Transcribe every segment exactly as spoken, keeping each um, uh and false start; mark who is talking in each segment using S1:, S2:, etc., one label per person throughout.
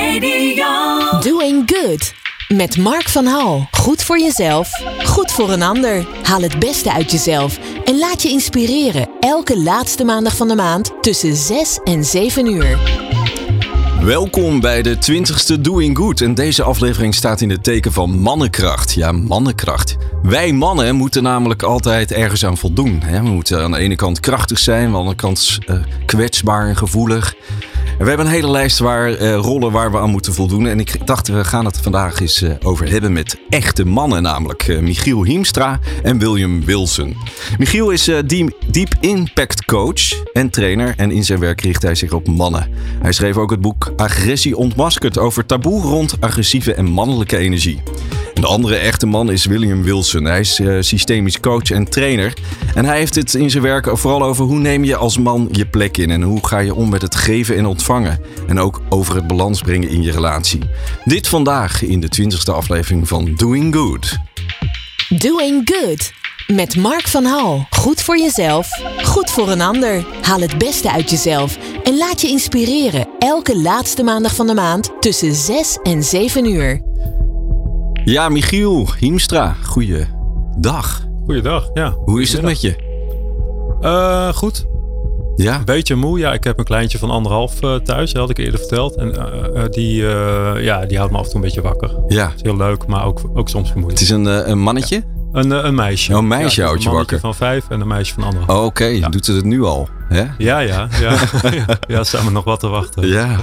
S1: Radio.
S2: Doing Good. Met Mark van Hal. Goed voor jezelf, goed voor een ander. Haal het beste uit jezelf en laat je inspireren. Elke laatste maandag van de maand tussen zes en zeven uur.
S3: Welkom bij de twintigste Doing Good. En deze aflevering staat in het teken van mannenkracht. Ja, mannenkracht. Wij mannen moeten namelijk altijd ergens aan voldoen. We moeten aan de ene kant krachtig zijn, aan de andere kant uh, kwetsbaar en gevoelig. En we hebben een hele lijst waar, uh, rollen waar we aan moeten voldoen. En ik dacht, we gaan het vandaag eens uh, over hebben met echte mannen. Namelijk uh, Michiel Hiemstra en William Wilson. Michiel is uh, deep, deep Impact Coach en trainer. En in zijn werk richt hij zich op mannen. Hij schreef ook het boek Agressie ontmaskerd over taboe rond agressieve en mannelijke energie. En de andere echte man is William Wilson. Hij is uh, systemisch coach en trainer. En hij heeft het in zijn werk vooral over hoe neem je als man je plek in. En hoe ga je om met het geven en ontvangen. En ook over het balans brengen in je relatie. Dit vandaag in de twintigste aflevering van Doing Good.
S2: Doing Good. Met Mark van Hal. Goed voor jezelf, goed voor een ander. Haal het beste uit jezelf en laat je inspireren. Elke laatste maandag van de maand tussen zes en zeven uur.
S3: Ja, Michiel Hiemstra, goeiedag.
S4: Goeiedag, ja.
S3: Hoe is het met je?
S4: Uh, goed.
S3: Ja?
S4: Een beetje moe. Ja, ik heb een kleintje van anderhalf uh, thuis, dat had ik eerder verteld. En uh, die, uh, ja, die houdt me af en toe een beetje wakker.
S3: Ja.
S4: Het is heel leuk, maar ook, ook soms vermoeiend.
S3: Het is een, uh, een mannetje?
S4: Ja. Een, uh, een meisje.
S3: Oh, een meisje
S4: ja,
S3: houdt je wakker?
S4: Een mannetje van vijf en een meisje van anderhalf.
S3: Oh, oké. Okay.
S4: Ja.
S3: Doet ze het nu al? Hè?
S4: Ja, ja. Ja, ja. ja, staan we nog wat te wachten.
S3: Ja.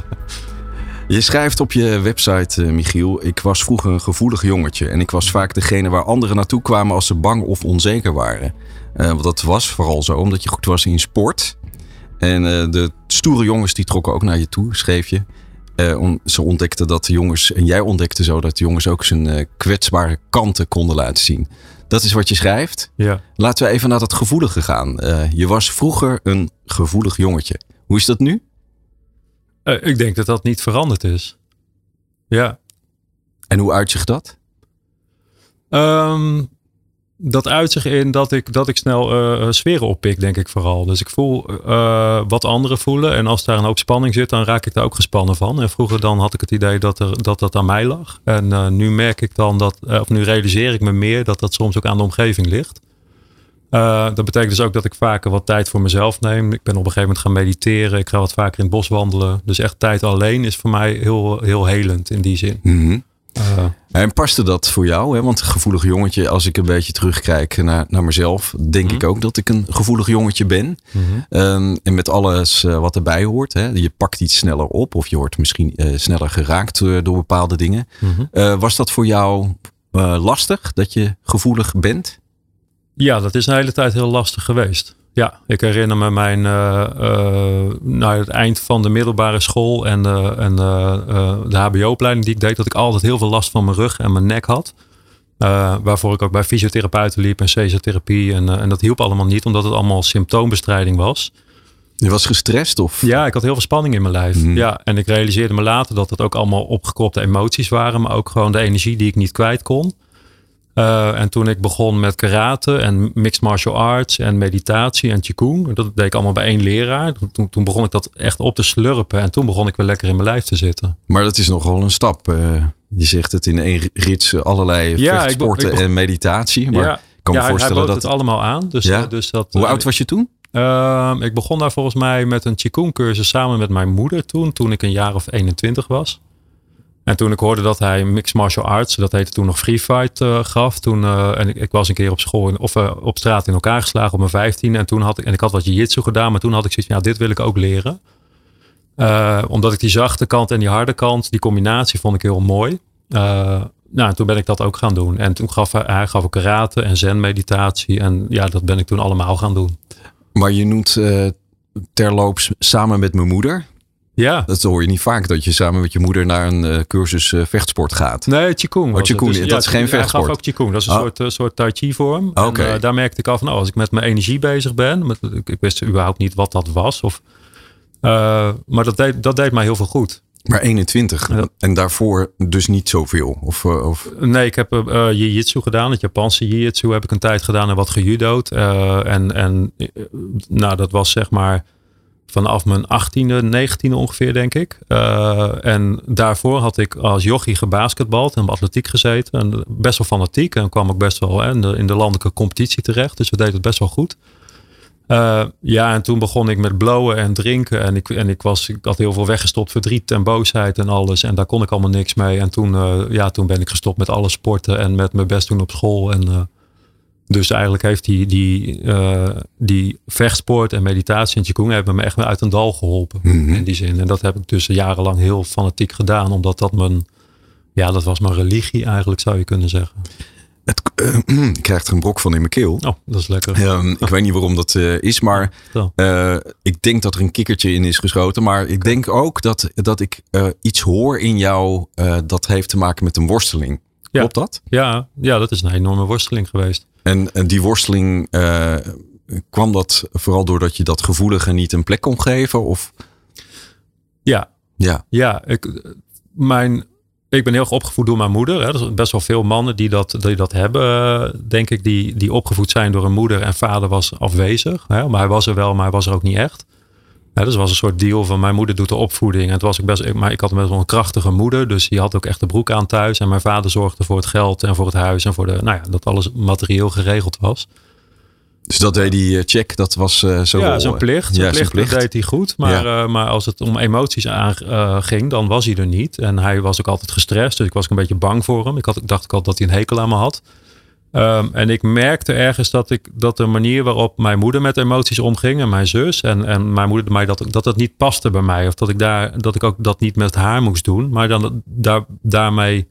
S3: Je schrijft op je website, uh, Michiel, ik was vroeger een gevoelig jongetje. En ik was vaak degene waar anderen naartoe kwamen als ze bang of onzeker waren. Uh, want dat was vooral zo, omdat je goed was in sport. En uh, de stoere jongens die trokken ook naar je toe, schreef je. Uh, on, ze ontdekten dat de jongens, en jij ontdekte zo dat de jongens ook zijn uh, kwetsbare kanten konden laten zien. Dat is wat je schrijft.
S4: Ja.
S3: Laten we even naar dat gevoelige gaan. Uh, je was vroeger een gevoelig jongetje. Hoe is dat nu?
S4: Uh, ik denk dat dat niet veranderd is. Ja.
S3: En hoe uit zich dat?
S4: Um, dat uit zich in dat ik, dat ik snel uh, sferen oppik, denk ik vooral. Dus ik voel uh, wat anderen voelen. En als daar een hoop spanning zit, dan raak ik daar ook gespannen van. En vroeger dan had ik het idee dat er, dat, dat aan mij lag. En uh, nu merk ik dan dat, uh, of nu realiseer ik me meer dat dat soms ook aan de omgeving ligt. Uh, dat betekent dus ook dat ik vaker wat tijd voor mezelf neem. Ik ben op een gegeven moment gaan mediteren. Ik ga wat vaker in het bos wandelen. Dus echt tijd alleen is voor mij heel, heel helend in die zin.
S3: Mm-hmm.
S4: Uh,
S3: en paste dat voor jou? Hè? Want een gevoelig jongetje, als ik een beetje terugkijk naar, naar mezelf, denk mm-hmm. ik ook dat ik een gevoelig jongetje ben.
S4: Mm-hmm.
S3: Um, en met alles uh, wat erbij hoort. Hè? Je pakt iets sneller op of je wordt misschien uh, sneller geraakt uh, door bepaalde dingen.
S4: Mm-hmm. Uh,
S3: was dat voor jou uh, lastig dat je gevoelig bent?
S4: Ja, dat is een hele tijd heel lastig geweest. Ja, ik herinner me mijn uh, uh, naar het eind van de middelbare school en, uh, en uh, uh, de H B O-opleiding die ik deed, dat ik altijd heel veel last van mijn rug en mijn nek had. Uh, waarvoor ik ook bij fysiotherapeuten liep en cesartherapie. En, uh, en dat hielp allemaal niet, omdat het allemaal symptoombestrijding was.
S3: Je was gestrest? Of?
S4: Ja, ik had heel veel spanning in mijn lijf. Mm. Ja, en ik realiseerde me later dat het ook allemaal opgekropte emoties waren, maar ook gewoon de energie die ik niet kwijt kon. Uh, en toen ik begon met karate en mixed martial arts en meditatie en qigong. Dat deed ik allemaal bij één leraar. Toen, toen begon ik dat echt op te slurpen. En toen begon ik weer lekker in mijn lijf te zitten.
S3: Maar dat is nogal een stap. Uh, je zegt het in één rits allerlei ja, vechtsporten ik be- ik be- en meditatie. Maar ja, ik kan me
S4: ja,
S3: voorstellen
S4: hij bood
S3: dat
S4: het allemaal aan. Dus,
S3: ja?
S4: dus dat,
S3: Hoe oud was je toen?
S4: Uh, ik begon daar volgens mij met een qigong cursus samen met mijn moeder toen. Toen ik een jaar of eenentwintig was. En toen ik hoorde dat hij mixed martial arts, dat heette toen nog free fight, uh, gaf. Toen, uh, en ik, ik was een keer op school in, of uh, op straat in elkaar geslagen op mijn vijftien. En toen had ik, en ik had wat jiu-jitsu gedaan, maar toen had ik zoiets van, ja, dit wil ik ook leren. Uh, omdat ik die zachte kant en die harde kant, die combinatie vond ik heel mooi. Uh, nou, toen ben ik dat ook gaan doen. En toen gaf hij, hij gaf ook karate en zen meditatie. En ja, dat ben ik toen allemaal gaan doen.
S3: Maar je noemt uh, terloops samen met mijn moeder.
S4: Ja.
S3: Dat hoor je niet vaak, dat je samen met je moeder naar een uh, cursus uh, vechtsport gaat.
S4: Nee, qigong was
S3: oh, qigong,
S4: het. Dus,
S3: dat
S4: ja,
S3: is geen vechtsport.
S4: Hij gaf ook qigong. Dat is een
S3: oh.
S4: soort, uh, soort tai chi vorm.
S3: Okay.
S4: En uh, daar merkte ik al van, oh, als ik met mijn energie bezig ben. Met, ik, ik wist überhaupt niet wat dat was. Of, uh, maar dat deed, dat deed mij heel veel goed.
S3: Maar eenentwintig
S4: ja.
S3: En daarvoor dus niet zoveel? Of, of...
S4: Nee, ik heb uh, jiu-jitsu gedaan. Het Japanse jiu-jitsu heb ik een tijd gedaan en wat gejudo'd. Uh, en en uh, nou, dat was zeg maar vanaf mijn achttiende, negentiende ongeveer, denk ik. Uh, en daarvoor had ik als jochie gebasketbald en op atletiek gezeten. En best wel fanatiek. En kwam ook best wel hè, in, de, in de landelijke competitie terecht. Dus we deden het best wel goed. Uh, ja, en toen begon ik met blowen en drinken. En ik, en ik, was, ik had heel veel weggestopt, verdriet en boosheid en alles. En daar kon ik allemaal niks mee. En toen, uh, ja, toen ben ik gestopt met alle sporten en met mijn best doen op school. En uh, dus eigenlijk heeft die, die, uh, die vechtsport en meditatie en qigong hebben me echt uit een dal geholpen. Mm-hmm. In die zin. En dat heb ik dus jarenlang heel fanatiek gedaan. Omdat dat mijn, ja, dat was mijn religie eigenlijk, zou je kunnen zeggen.
S3: Het, uh, ik krijg er een brok van in mijn keel.
S4: Oh, dat is lekker.
S3: Uh, ik weet niet waarom dat uh, is, maar uh, ik denk dat er een kikkertje in is geschoten. Maar ik denk ook dat, dat ik uh, iets hoor in jou uh, dat heeft te maken met een worsteling.
S4: Ja.
S3: Klopt dat?
S4: Ja, ja, dat is een enorme worsteling geweest.
S3: En, en die worsteling, uh, kwam dat vooral doordat je dat gevoelige niet een plek kon geven? Of?
S4: Ja,
S3: ja.
S4: ja ik, mijn... Ik ben heel erg opgevoed door mijn moeder. Hè. Er zijn best wel veel mannen die dat, die dat hebben, denk ik. Die, die opgevoed zijn door een moeder en vader was afwezig. Hè. Maar hij was er wel, maar hij was er ook niet echt. Hè, dus het was een soort deal van mijn moeder doet de opvoeding. En het was ook best, maar ik had best wel een krachtige moeder. Dus die had ook echt de broek aan thuis. En mijn vader zorgde voor het geld en voor het huis. En voor de, nou ja, dat alles materieel geregeld was.
S3: Dus dat deed die check, dat was uh, zo.
S4: Ja, zijn plicht. Zijn
S3: ja,
S4: plicht,
S3: plicht.
S4: Dat deed hij goed. Maar,
S3: ja.
S4: uh, maar als het om emoties aan uh, ging, dan was hij er niet. En hij was ook altijd gestrest. Dus ik was ook een beetje bang voor hem. Ik, had, ik dacht ook altijd dat hij een hekel aan me had. Um, en ik merkte ergens dat, ik, dat de manier waarop mijn moeder met emoties omging. En mijn zus. En, en mijn moeder mij dat, dat dat niet paste bij mij. Of dat ik, daar, dat ik ook dat niet met haar moest doen. Maar dan daar, daarmee...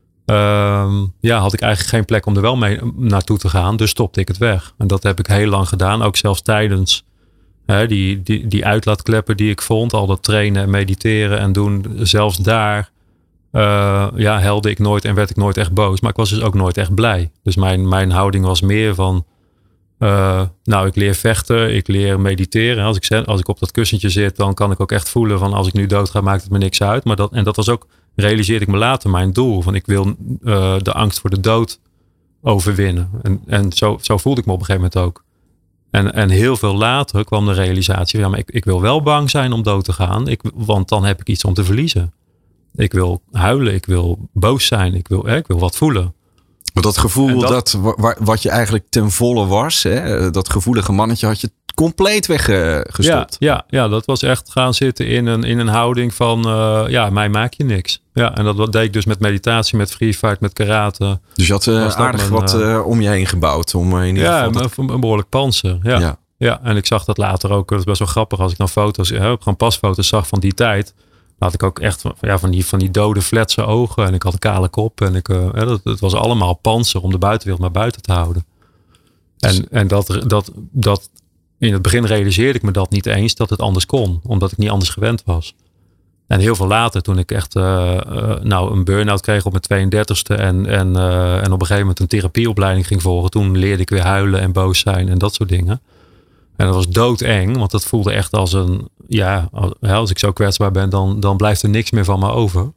S4: Um, ja, had ik eigenlijk geen plek om er wel mee naartoe te gaan. Dus stopte ik het weg. En dat heb ik heel lang gedaan. Ook zelfs tijdens hè, die, die, die uitlaatkleppen die ik vond. Al dat trainen en mediteren en doen. Zelfs daar uh, ja, helde ik nooit en werd ik nooit echt boos. Maar ik was dus ook nooit echt blij. Dus mijn, mijn houding was meer van... Uh, nou, ik leer vechten. Ik leer mediteren. Als ik, als ik op dat kussentje zit, dan kan ik ook echt voelen van... als ik nu dood ga, maakt het me niks uit. Maar dat, en dat was ook... realiseerde ik me later mijn doel. Van ik wil uh, de angst voor de dood overwinnen. En, en zo, zo voelde ik me op een gegeven moment ook. En, en heel veel later kwam de realisatie. Ja, maar ik, ik wil wel bang zijn om dood te gaan. Ik, want dan heb ik iets om te verliezen. Ik wil huilen. Ik wil boos zijn. Ik wil, eh, ik wil wat voelen.
S3: Maar dat gevoel dat, dat waar, wat je eigenlijk ten volle was. Hè, dat gevoelige mannetje had je compleet weggestopt.
S4: Ja, ja, ja, dat was echt gaan zitten in een, in een houding van... Uh, ja, mij maak je niks. Ja, en dat deed ik dus met meditatie, met free fight, met karate.
S3: Dus je had uh, aardig mijn, wat uh, om je heen gebouwd. Om in ieder
S4: ja,
S3: geval dat...
S4: een, een behoorlijk panzer. Ja. Ja. ja, en ik zag dat later ook. Dat is best wel grappig als ik dan foto's... Ja, gewoon pasfoto's zag van die tijd... had ik ook echt ja, van, die, van die dode fletse ogen. En ik had een kale kop. En ik, uh, ja, dat, het was allemaal panzer om de buitenwereld maar buiten te houden. En, dus... en dat, dat, dat in het begin realiseerde ik me dat niet eens dat het anders kon. Omdat ik niet anders gewend was. En heel veel later toen ik echt uh, uh, nou, een burn-out kreeg op mijn tweeëndertigste. En, en, uh, en op een gegeven moment een therapieopleiding ging volgen. Toen leerde ik weer huilen en boos zijn en dat soort dingen. En dat was doodeng, want dat voelde echt als een... Ja, als ik zo kwetsbaar ben, dan, dan blijft er niks meer van me over.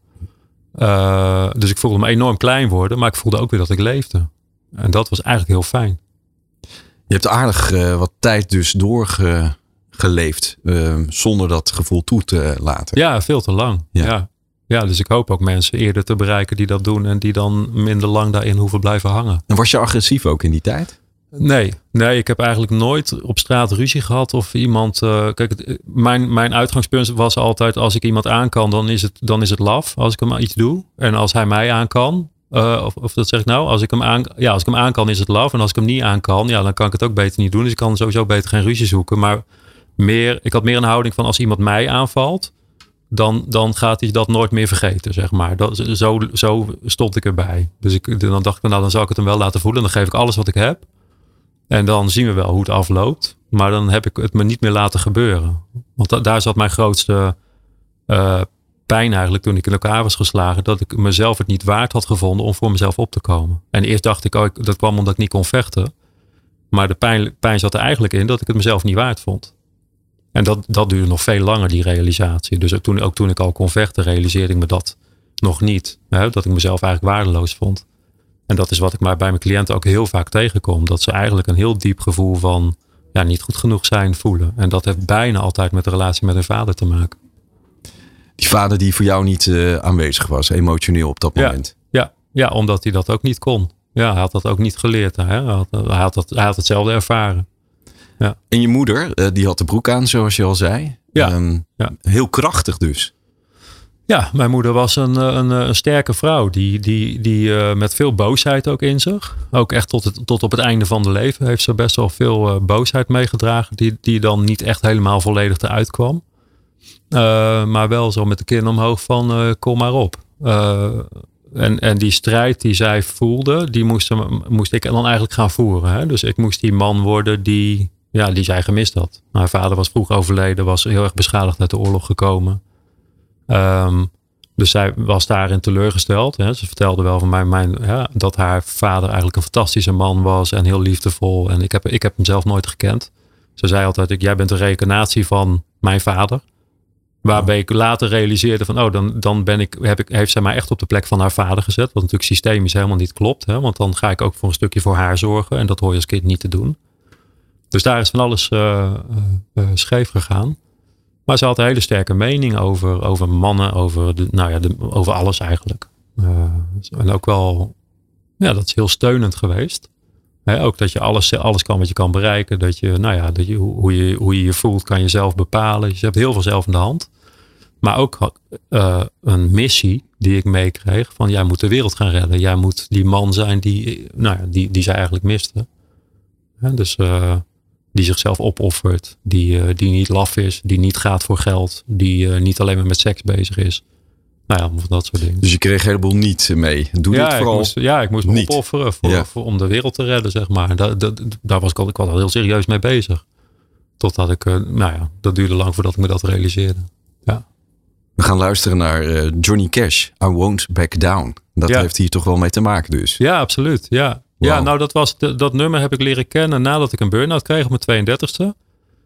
S4: Uh, dus ik voelde me enorm klein worden, maar ik voelde ook weer dat ik leefde. En dat was eigenlijk heel fijn.
S3: Je hebt aardig uh, wat tijd dus doorgeleefd, uh, zonder dat gevoel toe te laten.
S4: Ja, veel te lang. Ja. Ja. Ja, dus ik hoop ook mensen eerder te bereiken die dat doen en die dan minder lang daarin hoeven blijven hangen.
S3: En was je agressief ook in die tijd?
S4: Nee, nee, ik heb eigenlijk nooit op straat ruzie gehad of iemand... Uh, kijk, mijn, mijn uitgangspunt was altijd als ik iemand aan kan, dan is het, dan is het laf als ik hem iets doe. En als hij mij aan kan, uh, of, of dat zeg ik nou, als ik hem aan, ja, als ik hem aan kan is het laf. En als ik hem niet aan kan, ja, dan kan ik het ook beter niet doen. Dus ik kan sowieso beter geen ruzie zoeken. Maar meer, ik had meer een houding van als iemand mij aanvalt, dan, dan gaat hij dat nooit meer vergeten, zeg maar. Dat, zo, zo stond ik erbij. Dus ik, dan dacht ik, nou, dan zal ik het hem wel laten voelen. Dan geef ik alles wat ik heb. En dan zien we wel hoe het afloopt. Maar dan heb ik het me niet meer laten gebeuren. Want da- daar zat mijn grootste uh, pijn eigenlijk toen ik in elkaar was geslagen. Dat ik mezelf het niet waard had gevonden om voor mezelf op te komen. En eerst dacht ik, oh, ik dat kwam omdat ik niet kon vechten. Maar de pijn, pijn zat er eigenlijk in dat ik het mezelf niet waard vond. En dat, dat duurde nog veel langer, die realisatie. Dus ook toen, ook toen ik al kon vechten, realiseerde ik me dat nog niet. Hè? Dat ik mezelf eigenlijk waardeloos vond. En dat is wat ik maar bij mijn cliënten ook heel vaak tegenkom. Dat ze eigenlijk een heel diep gevoel van ja, niet goed genoeg zijn voelen. En dat heeft bijna altijd met de relatie met hun vader te maken.
S3: Die vader die voor jou niet uh, aanwezig was, emotioneel op dat
S4: ja,
S3: moment.
S4: Ja, ja, omdat hij dat ook niet kon. Ja, hij had dat ook niet geleerd. Hè? Hij, had, hij, had dat, hij had hetzelfde ervaren. Ja.
S3: En je moeder, uh, die had de broek aan, zoals je al zei.
S4: Ja.
S3: Um,
S4: ja.
S3: Heel krachtig dus.
S4: Ja, mijn moeder was een, een, een sterke vrouw. Die, die, die uh, met veel boosheid ook in zich. Ook echt tot, het, tot op het einde van de leven heeft ze best wel veel uh, boosheid meegedragen. Die, die dan niet echt helemaal volledig eruit kwam. Uh, maar wel zo met de kin omhoog van uh, kom maar op. Uh, en, en die strijd die zij voelde, die moest, moest ik dan eigenlijk gaan voeren. Hè? Dus ik moest die man worden die, ja, die zij gemist had. Mijn vader was vroeg overleden, was heel erg beschadigd uit de oorlog gekomen. Um, dus zij was daarin teleurgesteld. Hè? Ze vertelde wel van mij mijn, ja, dat haar vader eigenlijk een fantastische man was en heel liefdevol. En ik heb, ik heb hem zelf nooit gekend. Ze zei altijd, jij bent een reïncarnatie van mijn vader. Waarbij ik later realiseerde van, oh, dan, dan ben ik, heb ik, heeft zij mij echt op de plek van haar vader gezet. Wat natuurlijk systemisch helemaal niet klopt. Hè? Want dan ga ik ook voor een stukje voor haar zorgen. En dat hoor je als kind niet te doen. Dus daar is van alles uh, uh, scheef gegaan. Maar ze had een hele sterke mening over, over mannen, over, de, nou ja, de, over alles eigenlijk. Uh, en ook wel, ja, dat is heel steunend geweest. He, ook dat je alles, alles kan wat je kan bereiken. Dat je, nou ja, dat je, hoe, je, hoe je je voelt kan je zelf bepalen. Je hebt heel veel zelf in de hand. Maar ook uh, een missie die ik meekreeg. Van jij moet de wereld gaan redden. Jij moet die man zijn die, nou ja, die, die zij eigenlijk miste. He, dus uh, die zichzelf opoffert. Die, uh, die niet laf is. Die niet gaat voor geld. Die uh, niet alleen maar met seks bezig is. Nou ja, dat soort dingen.
S3: Dus je kreeg een heleboel niet mee. Doe
S4: ja,
S3: dit vooral
S4: ik moest, ja, ik moest me
S3: niet.
S4: opofferen voor,
S3: ja.
S4: voor, om de wereld te redden, zeg maar. Daar, daar, daar was ik al, ik al heel serieus mee bezig. Totdat ik, uh, nou ja, dat duurde lang voordat ik me dat realiseerde. Ja.
S3: We gaan luisteren naar uh, Johnny Cash, I Won't Back Down. Dat ja. heeft hier toch wel mee te maken dus.
S4: Ja, absoluut. Ja, wow. ja nou dat, was de, dat nummer heb ik leren kennen nadat ik een burn-out kreeg op mijn tweeëndertigste.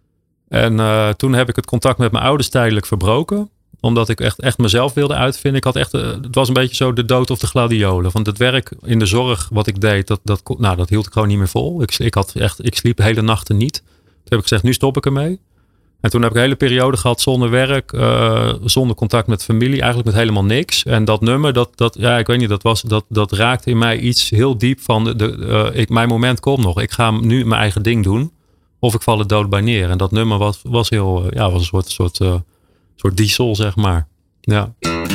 S4: En uh, toen heb ik het contact met mijn ouders tijdelijk verbroken. Omdat ik echt, echt mezelf wilde uitvinden. Ik had echt, het was een beetje zo de dood of de gladiolen. Want het werk in de zorg wat ik deed, dat, dat, nou, dat hield ik gewoon niet meer vol. Ik, ik, had echt, ik sliep hele nachten niet. Toen heb ik gezegd, nu stop ik ermee. En toen heb ik een hele periode gehad zonder werk, uh, zonder contact met familie, eigenlijk met helemaal niks. En dat nummer, dat, dat, ja, ik weet niet, dat, was, dat, dat raakte in mij iets heel diep van, de, de, uh, ik, mijn moment komt nog. Ik ga nu mijn eigen ding doen. Of ik val er dood bij neer. En dat nummer was, was heel, uh, ja, was een soort... soort uh, Een soort diesel, zeg maar. Ja.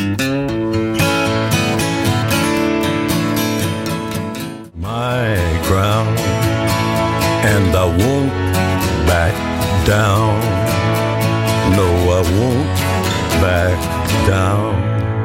S1: My crown, and I won't back down. No, I won't back down.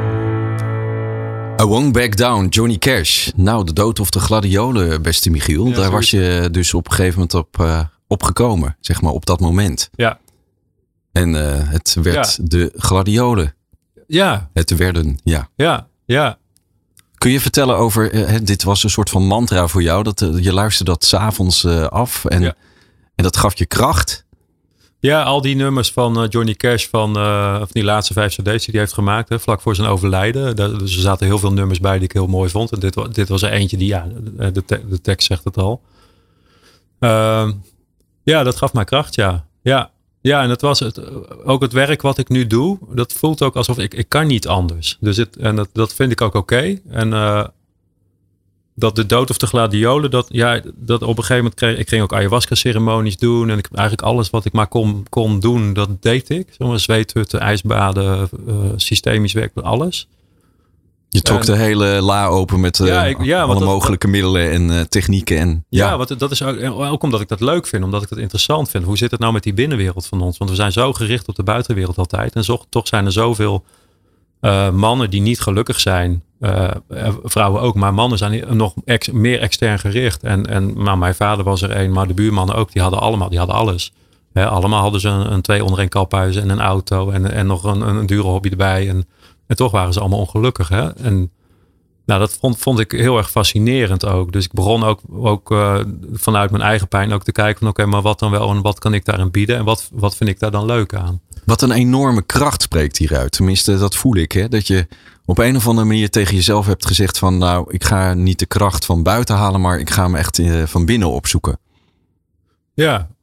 S3: I Won't Back Down, Johnny Cash. Nou, de dood of de gladiolen, beste Michiel. Ja, daar was je dus op een gegeven moment op, uh, op gekomen, zeg maar, op dat moment.
S4: Ja.
S3: En uh, het werd ja. de gladiolen.
S4: Ja.
S3: Het werden, ja.
S4: Ja, ja.
S3: Kun je vertellen over, uh, dit was een soort van mantra voor jou. Dat, uh, je luisterde dat 's avonds uh, af en, ja. en dat gaf je kracht.
S4: Ja, al die nummers van uh, Johnny Cash van uh, die laatste vijf cd's die hij heeft gemaakt. Hè, vlak voor zijn overlijden. Daar, dus er zaten heel veel nummers bij die ik heel mooi vond. En dit, dit was er eentje die, ja, de, te, de tekst zegt het al. Uh, ja, dat gaf mij kracht, ja. Ja. Ja, en het was het, ook het werk wat ik nu doe. Dat voelt ook alsof ik, ik kan niet anders. Dus het, en dat, dat vind ik ook oké. Okay. En uh, dat de dood of de gladiolen. Dat, ja, dat op een gegeven moment kreeg ik ging ook ayahuasca ceremonies doen. En ik eigenlijk alles wat ik maar kon, kon doen, dat deed ik. Zomaar zweethutten, ijsbaden, uh, systemisch werk, alles.
S3: Je trok en, de hele la open met uh, ja, ik, ja, alle dat, mogelijke dat, middelen en uh, technieken. En, ja,
S4: ja want dat is ook, ook omdat ik dat leuk vind. Omdat ik dat interessant vind. Hoe zit het nou met die binnenwereld van ons? Want we zijn zo gericht op de buitenwereld altijd. En zo, toch zijn er zoveel uh, mannen die niet gelukkig zijn. Uh, vrouwen ook. Maar mannen zijn nog ex, meer extern gericht. En, en nou, mijn vader was er een. Maar de buurmannen ook. Die hadden allemaal. Die hadden alles. He, allemaal hadden ze een, een twee onder een kaphuizen. En een auto. En, en nog een, een dure hobby erbij. En En toch waren ze allemaal ongelukkig. Hè? En nou, dat vond, vond ik heel erg fascinerend ook. Dus ik begon ook, ook uh, vanuit mijn eigen pijn ook te kijken van oké, okay, maar wat dan wel en wat kan ik daarin bieden? En wat, wat vind ik daar dan leuk aan?
S3: Wat een enorme kracht spreekt hieruit. Tenminste, dat voel ik. Hè? Dat je op een of andere manier tegen jezelf hebt gezegd van nou, ik ga niet de kracht van buiten halen, maar ik ga hem echt uh, van binnen opzoeken.
S4: Ja,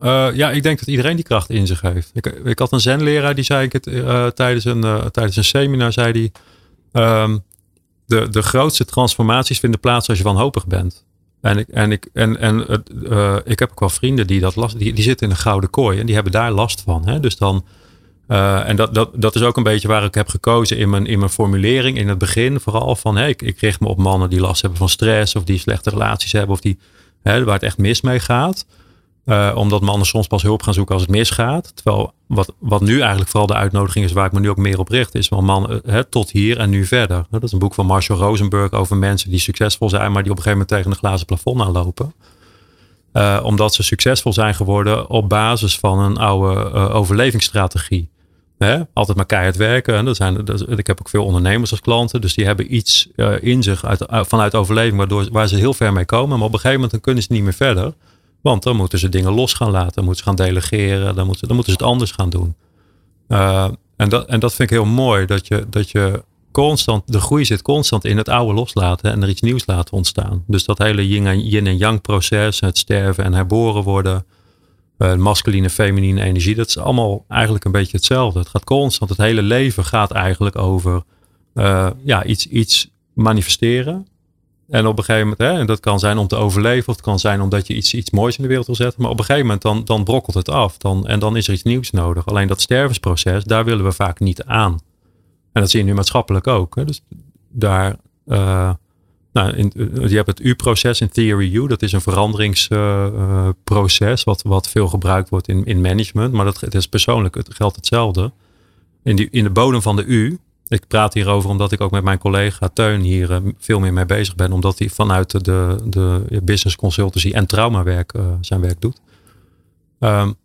S4: Uh, ja, ik denk dat iedereen die kracht in zich heeft. Ik, ik had een zenleraar die zei ik het uh, tijdens, een, uh, tijdens een seminar, zei die, um, de, de grootste transformaties vinden plaats als je wanhopig bent. En ik, en ik, en, en, uh, ik heb ook wel vrienden die dat last, die, die zitten in een gouden kooi en die hebben daar last van. Hè? Dus dan, uh, en dat, dat, dat is ook een beetje waar ik heb gekozen in mijn, in mijn formulering in het begin. Vooral van, hey, ik, ik richt me op mannen die last hebben van stress of die slechte relaties hebben of die, hè, waar het echt mis mee gaat. Uh, omdat mannen soms pas hulp gaan zoeken als het misgaat. Terwijl wat, wat nu eigenlijk vooral de uitnodiging is waar ik me nu ook meer op richt. Is van mannen uh, tot hier en nu verder. Dat is een boek van Marshall Rosenberg over mensen die succesvol zijn. Maar die op een gegeven moment tegen een glazen plafond aanlopen. Uh, omdat ze succesvol zijn geworden op basis van een oude uh, overlevingsstrategie. Hè? Altijd maar keihard werken. En dat zijn, dat, ik heb ook veel ondernemers als klanten. Dus die hebben iets uh, in zich uit, uh, vanuit overleving. Waardoor, waar ze heel ver mee komen. Maar op een gegeven moment dan kunnen ze niet meer verder. Want dan moeten ze dingen los gaan laten. Dan moeten ze gaan delegeren. Dan moeten, dan moeten ze het anders gaan doen. Uh, en, dat, en dat vind ik heel mooi. Dat je, dat je constant, de groei zit constant in het oude loslaten. En er iets nieuws laten ontstaan. Dus dat hele yin en, yin en yang proces. Het sterven en herboren worden. Uh, masculine, feminine energie. Dat is allemaal eigenlijk een beetje hetzelfde. Het gaat constant. Het hele leven gaat eigenlijk over uh, ja, iets, iets manifesteren. En op een gegeven moment, hè, en dat kan zijn om te overleven. Of het kan zijn omdat je iets, iets moois in de wereld wil zetten. Maar op een gegeven moment dan, dan brokkelt het af. Dan, en dan is er iets nieuws nodig. Alleen dat stervensproces, daar willen we vaak niet aan. En dat zie je nu maatschappelijk ook. Hè. Dus daar, uh, nou, in, je hebt het U-proces in Theory U. Dat is een veranderingsproces. Uh, wat, wat veel gebruikt wordt in, in management. Maar dat, het is persoonlijk, het geldt hetzelfde. In, die, in de bodem van de U. Ik praat hierover omdat ik ook met mijn collega Teun hier uh, veel meer mee bezig ben. Omdat hij vanuit de, de, de business consultancy en traumawerk uh, zijn werk doet. Um,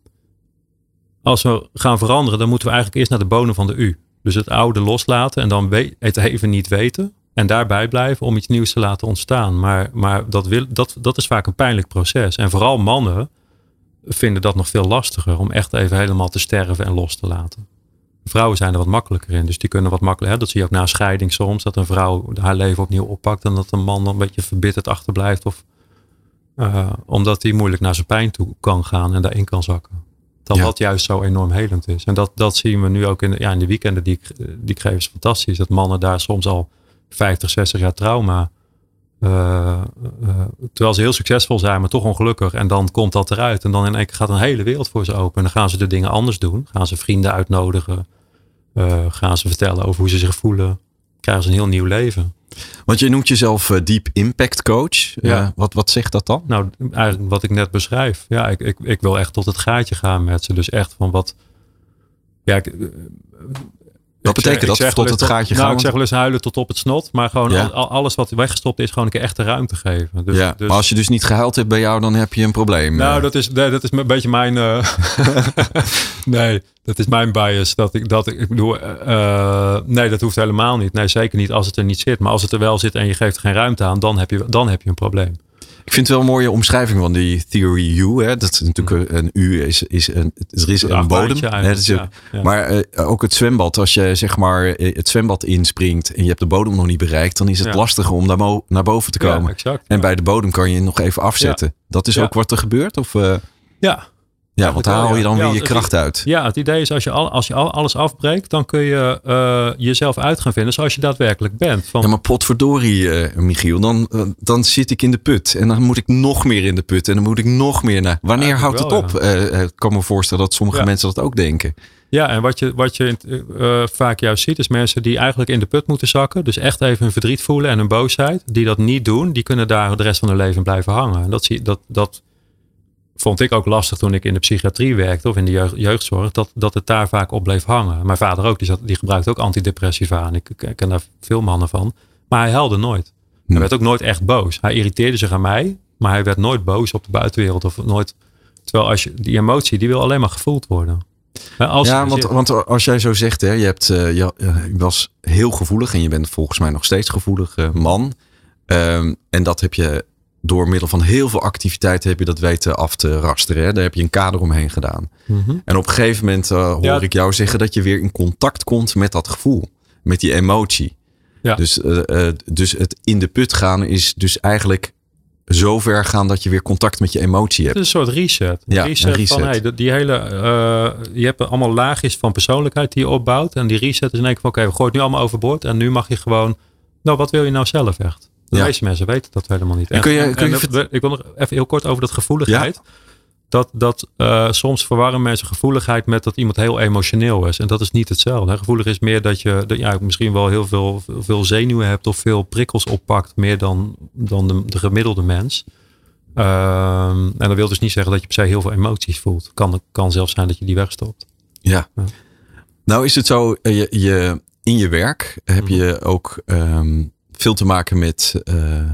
S4: als we gaan veranderen, dan moeten we eigenlijk eerst naar de bodem van de U. Dus het oude loslaten en dan we- het even niet weten. En daarbij blijven om iets nieuws te laten ontstaan. Maar, maar dat, wil, dat, dat is vaak een pijnlijk proces. En vooral mannen vinden dat nog veel lastiger. Om echt even helemaal te sterven en los te laten. Vrouwen zijn er wat makkelijker in. Dus die kunnen wat makkelijker. Hè? Dat zie je ook na scheiding soms. Dat een vrouw haar leven opnieuw oppakt. En dat een man dan een beetje verbitterd achterblijft. Of uh, omdat hij moeilijk naar zijn pijn toe kan gaan. En daarin kan zakken. Dat ja. dat juist zo enorm helend is. En dat, dat zien we nu ook in de, ja, in de weekenden die ik, die ik geef. Is fantastisch. Dat mannen daar soms al vijftig, zestig jaar trauma. Uh, uh, terwijl ze heel succesvol zijn. Maar toch ongelukkig. En dan komt dat eruit. En dan in één keer gaat een hele wereld voor ze open. En dan gaan ze de dingen anders doen. Gaan ze vrienden uitnodigen. Uh, gaan ze vertellen over hoe ze zich voelen. Krijgen ze een heel nieuw leven.
S3: Want je noemt jezelf uh, Deep Impact Coach. Ja. Uh, wat, wat zegt dat dan?
S4: Nou, eigenlijk wat ik net beschrijf. Ja, ik, ik, ik wil echt tot het gaatje gaan met ze. Dus echt van wat... Ja, ik,
S3: Wat betekent
S4: zeg,
S3: dat, tot het gaatje
S4: nou,
S3: gaan?
S4: Ik zeg wel eens huilen tot op het snot. Maar gewoon
S3: ja.
S4: al, alles wat weggestopt is, gewoon een keer echte ruimte geven. Dus,
S3: ja,
S4: dus,
S3: maar als je dus niet gehuild hebt bij jou, dan heb je een probleem.
S4: Nou, dat is, dat is een beetje mijn... Uh, nee, dat is mijn bias. Dat ik, dat ik, ik bedoel, uh, nee, dat hoeft helemaal niet. Nee, zeker niet als het er niet zit. Maar als het er wel zit en je geeft er geen ruimte aan, dan heb je, dan heb je een probleem.
S3: Ik vind het wel een mooie omschrijving van die Theory U. Hè. Dat is natuurlijk een U is, is een, er is een bodem. Hè, dat is ook, ja, ja. Maar uh, ook het zwembad. Als je zeg maar het zwembad inspringt en je hebt de bodem nog niet bereikt, dan is het ja. lastiger om daar mo- naar boven te komen.
S4: Ja, exact,
S3: en
S4: ja.
S3: bij de bodem kan je je nog even afzetten. Ja. Dat is ja. ook wat er gebeurt? Of, uh...
S4: Ja.
S3: Ja, want daar haal je dan
S4: ja,
S3: weer je
S4: het,
S3: kracht uit.
S4: Ja, het idee is als je, al, als je al, alles afbreekt, dan kun je uh, jezelf uit gaan vinden zoals je daadwerkelijk bent. Van...
S3: Ja, maar potverdorie, uh, Michiel, dan, uh, dan zit ik in de put. En dan moet ik nog meer in de put. En dan moet ik nog meer naar... Wanneer ja, houdt wel, het op? Ja. Uh, ik kan me voorstellen dat sommige ja. mensen dat ook denken.
S4: Ja, en wat je, wat je uh, vaak juist ziet, is mensen die eigenlijk in de put moeten zakken. Dus echt even hun verdriet voelen en hun boosheid. Die dat niet doen, die kunnen daar de rest van hun leven blijven hangen. En dat zie dat... dat vond ik ook lastig toen ik in de psychiatrie werkte of in de jeugd, jeugdzorg, dat, dat het daar vaak op bleef hangen. Mijn vader ook, die, zat, die gebruikte ook antidepressiva en ik, ik ken daar veel mannen van. Maar hij huilde nooit. Hij hm. werd ook nooit echt boos. Hij irriteerde zich aan mij, maar hij werd nooit boos op de buitenwereld. Of nooit, terwijl als je, die emotie, die wil alleen maar gevoeld worden. Als
S3: ja, want, want als jij zo zegt, hè, je, hebt, uh, je, je was heel gevoelig en je bent volgens mij nog steeds gevoelig uh, man. Um, en dat heb je... Door middel van heel veel activiteiten heb je dat weten af te rasteren. Hè? Daar heb je een kader omheen gedaan. Mm-hmm. En op een gegeven moment uh, hoor ja. ik jou zeggen dat je weer in contact komt met dat gevoel. Met die emotie. Ja. Dus, uh, uh, dus het in de put gaan is dus eigenlijk zo ver gaan dat je weer contact met je emotie hebt.
S4: Het is een soort reset. Een
S3: ja,
S4: reset,
S3: een reset.
S4: Van, hey, die hele, uh, je hebt allemaal laagjes van persoonlijkheid die je opbouwt. En die reset is in één keer van, oké, okay, we gooien het nu allemaal overboord. En nu mag je gewoon, nou, wat wil je nou zelf echt? De
S3: ja.
S4: meeste mensen weten dat helemaal niet.
S3: En kun je,
S4: en,
S3: kun je
S4: en,
S3: vert-
S4: ik wil nog even heel kort over dat gevoeligheid. Ja. Dat, dat uh, soms verwarren mensen gevoeligheid met dat iemand heel emotioneel is. En dat is niet hetzelfde. Hè. Gevoelig is meer dat je de, ja, misschien wel heel veel, veel zenuwen hebt of veel prikkels oppakt. Meer dan, dan de, de gemiddelde mens. Uh, en dat wil dus niet zeggen dat je per se heel veel emoties voelt. Kan, kan zelfs zijn dat je die wegstopt.
S3: Ja. ja. Nou is het zo, je, je, in je werk heb je ook um, veel te maken met uh,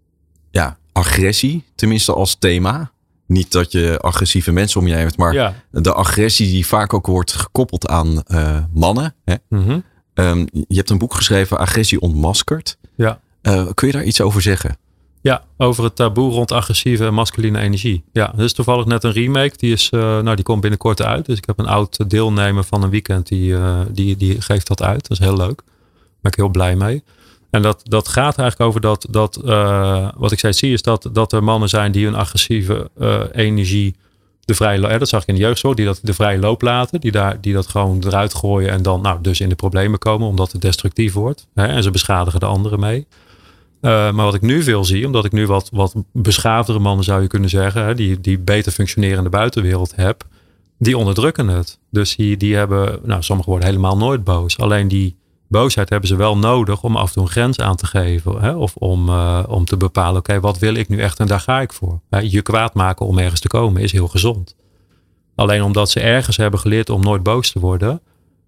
S3: ja, agressie. Tenminste als thema. Niet dat je agressieve mensen om je heen hebt, maar ja. de agressie die vaak ook wordt gekoppeld aan uh, mannen. Hè?
S4: Mm-hmm.
S3: Um, je hebt een boek geschreven, Agressie ontmaskerd.
S4: Ja.
S3: Uh, kun je daar iets over zeggen?
S4: Ja, over het taboe rond agressieve en masculine energie. Ja, dat is toevallig net een remake. Die, is, uh, nou, die komt binnenkort uit. Dus ik heb een oud deelnemer van een weekend die, uh, die, die geeft dat uit. Dat is heel leuk. Daar ben ik heel blij mee. En dat, dat gaat eigenlijk over dat, dat uh, wat ik steeds zie is dat, dat er mannen zijn die hun agressieve uh, energie de vrije loop, dat zag ik in de jeugdzorg, die dat de vrije loop laten, die, daar, die dat gewoon eruit gooien en dan nou, dus in de problemen komen omdat het destructief wordt. Hè, en ze beschadigen de anderen mee. Uh, maar wat ik nu veel zie, omdat ik nu wat, wat beschaafdere mannen zou je kunnen zeggen, hè, die, die beter functionerende buitenwereld heb, die onderdrukken het. Dus die, die hebben, nou sommigen worden helemaal nooit boos. Alleen die boosheid hebben ze wel nodig om af en toe een grens aan te geven. Hè? Of om, uh, om te bepalen, oké, okay, wat wil ik nu echt en daar ga ik voor. Hè? Je kwaad maken om ergens te komen is heel gezond. Alleen omdat ze ergens hebben geleerd om nooit boos te worden,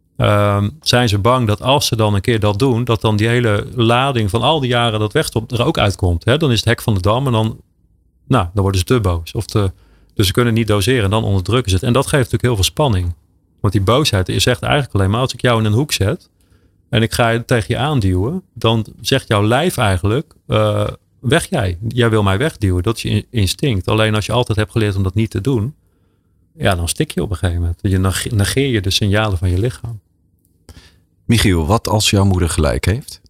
S4: uh, zijn ze bang dat als ze dan een keer dat doen, dat dan die hele lading van al die jaren dat wegstopt er ook uitkomt. Hè? Dan is het hek van de dam en dan, nou, dan worden ze te boos. Of te, dus ze kunnen niet doseren en dan onderdrukken ze het. En dat geeft natuurlijk heel veel spanning. Want die boosheid is echt eigenlijk alleen maar als ik jou in een hoek zet en ik ga je tegen je aanduwen, dan zegt jouw lijf eigenlijk, uh, weg jij. Jij wil mij wegduwen. Dat is je instinct. Alleen als je altijd hebt geleerd om dat niet te doen, ja, dan stik je op een gegeven moment. Je negeer je de signalen van je lichaam.
S3: Michiel, wat als jouw moeder gelijk heeft?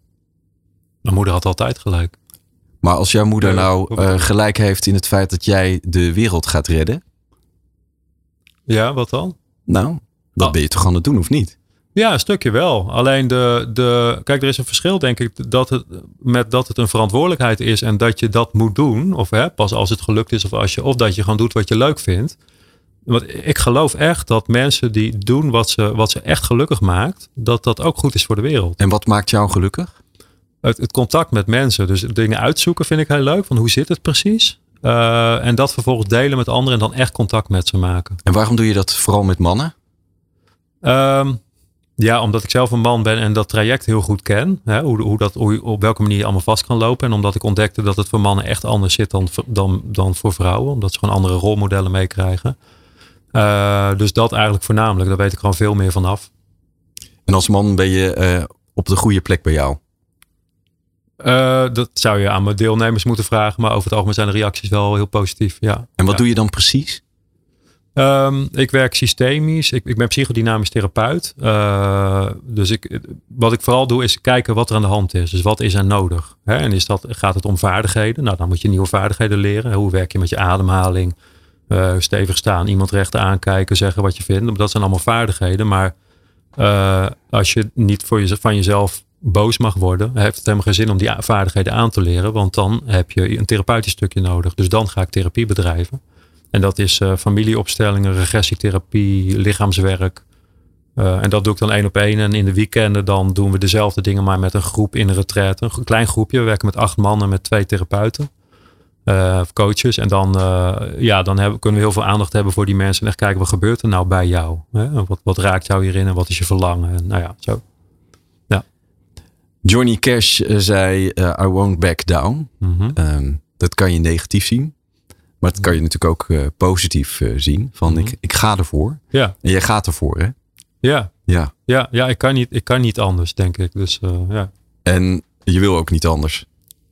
S4: Mijn moeder had altijd gelijk.
S3: Maar als jouw moeder nou uh, gelijk heeft in het feit dat jij de wereld gaat redden?
S4: Ja, wat dan?
S3: Nou, dat oh. ben je toch aan het doen, of niet?
S4: Ja, een stukje wel. Alleen de, de, kijk, er is een verschil, denk ik, dat het, met dat het een verantwoordelijkheid is en dat je dat moet doen. Of hè, pas als het gelukt is, of, als je, of dat je gewoon doet wat je leuk vindt. Want ik geloof echt dat mensen die doen wat ze, wat ze echt gelukkig maakt, dat dat ook goed is voor de wereld.
S3: En wat maakt jou gelukkig?
S4: Het, het contact met mensen. Dus dingen uitzoeken vind ik heel leuk. Van hoe zit het precies? Uh, en dat vervolgens delen met anderen en dan echt contact met ze maken.
S3: En waarom doe je dat vooral met mannen?
S4: Um, Ja, omdat ik zelf een man ben en dat traject heel goed ken. Hè, hoe, hoe dat, hoe, op welke manier je allemaal vast kan lopen. En omdat ik ontdekte dat het voor mannen echt anders zit dan, dan, dan voor vrouwen. Omdat ze gewoon andere rolmodellen meekrijgen. Uh, dus dat eigenlijk voornamelijk. Daar weet ik gewoon veel meer vanaf.
S3: En als man ben je uh, op de goede plek bij jou?
S4: Uh, dat zou je aan mijn deelnemers moeten vragen. Maar over het algemeen zijn de reacties wel heel positief. Ja.
S3: En wat
S4: ja.
S3: doe je dan precies?
S4: Um, ik werk systemisch. Ik, ik ben psychodynamisch therapeut. Uh, dus ik, wat ik vooral doe is kijken wat er aan de hand is. Dus wat is er nodig? Hè? En is dat, gaat het om vaardigheden? Nou, dan moet je nieuwe vaardigheden leren. Hoe werk je met je ademhaling? Uh, stevig staan, iemand recht aankijken, zeggen wat je vindt. Dat zijn allemaal vaardigheden. Maar uh, als je niet voor je, van jezelf boos mag worden, heeft het helemaal geen zin om die vaardigheden aan te leren. Want dan heb je een therapeutisch stukje nodig. Dus dan ga ik therapie bedrijven. En dat is uh, familieopstellingen, regressietherapie, lichaamswerk. Uh, en dat doe ik dan één op één. En in de weekenden dan doen we dezelfde dingen, maar met een groep in een retraite. Een klein groepje. We werken met acht mannen met twee therapeuten. Uh, coaches. En dan, uh, ja, dan hebben, kunnen we heel veel aandacht hebben voor die mensen. En echt kijken, wat gebeurt er nou bij jou? Hè? Wat, wat raakt jou hierin en wat is je verlangen? En, nou ja, zo. Ja.
S3: Johnny Cash uh, zei, uh, I won't back down. Mm-hmm. Um, dat kan je negatief zien. Maar dat kan je natuurlijk ook uh, positief uh, zien. Van mm-hmm. ik, ik ga ervoor.
S4: Ja.
S3: En jij gaat ervoor, hè?
S4: Ja.
S3: Ja,
S4: ja, ja ik, kan niet, ik kan niet anders, denk ik. Dus, uh, ja.
S3: En je wil ook niet anders?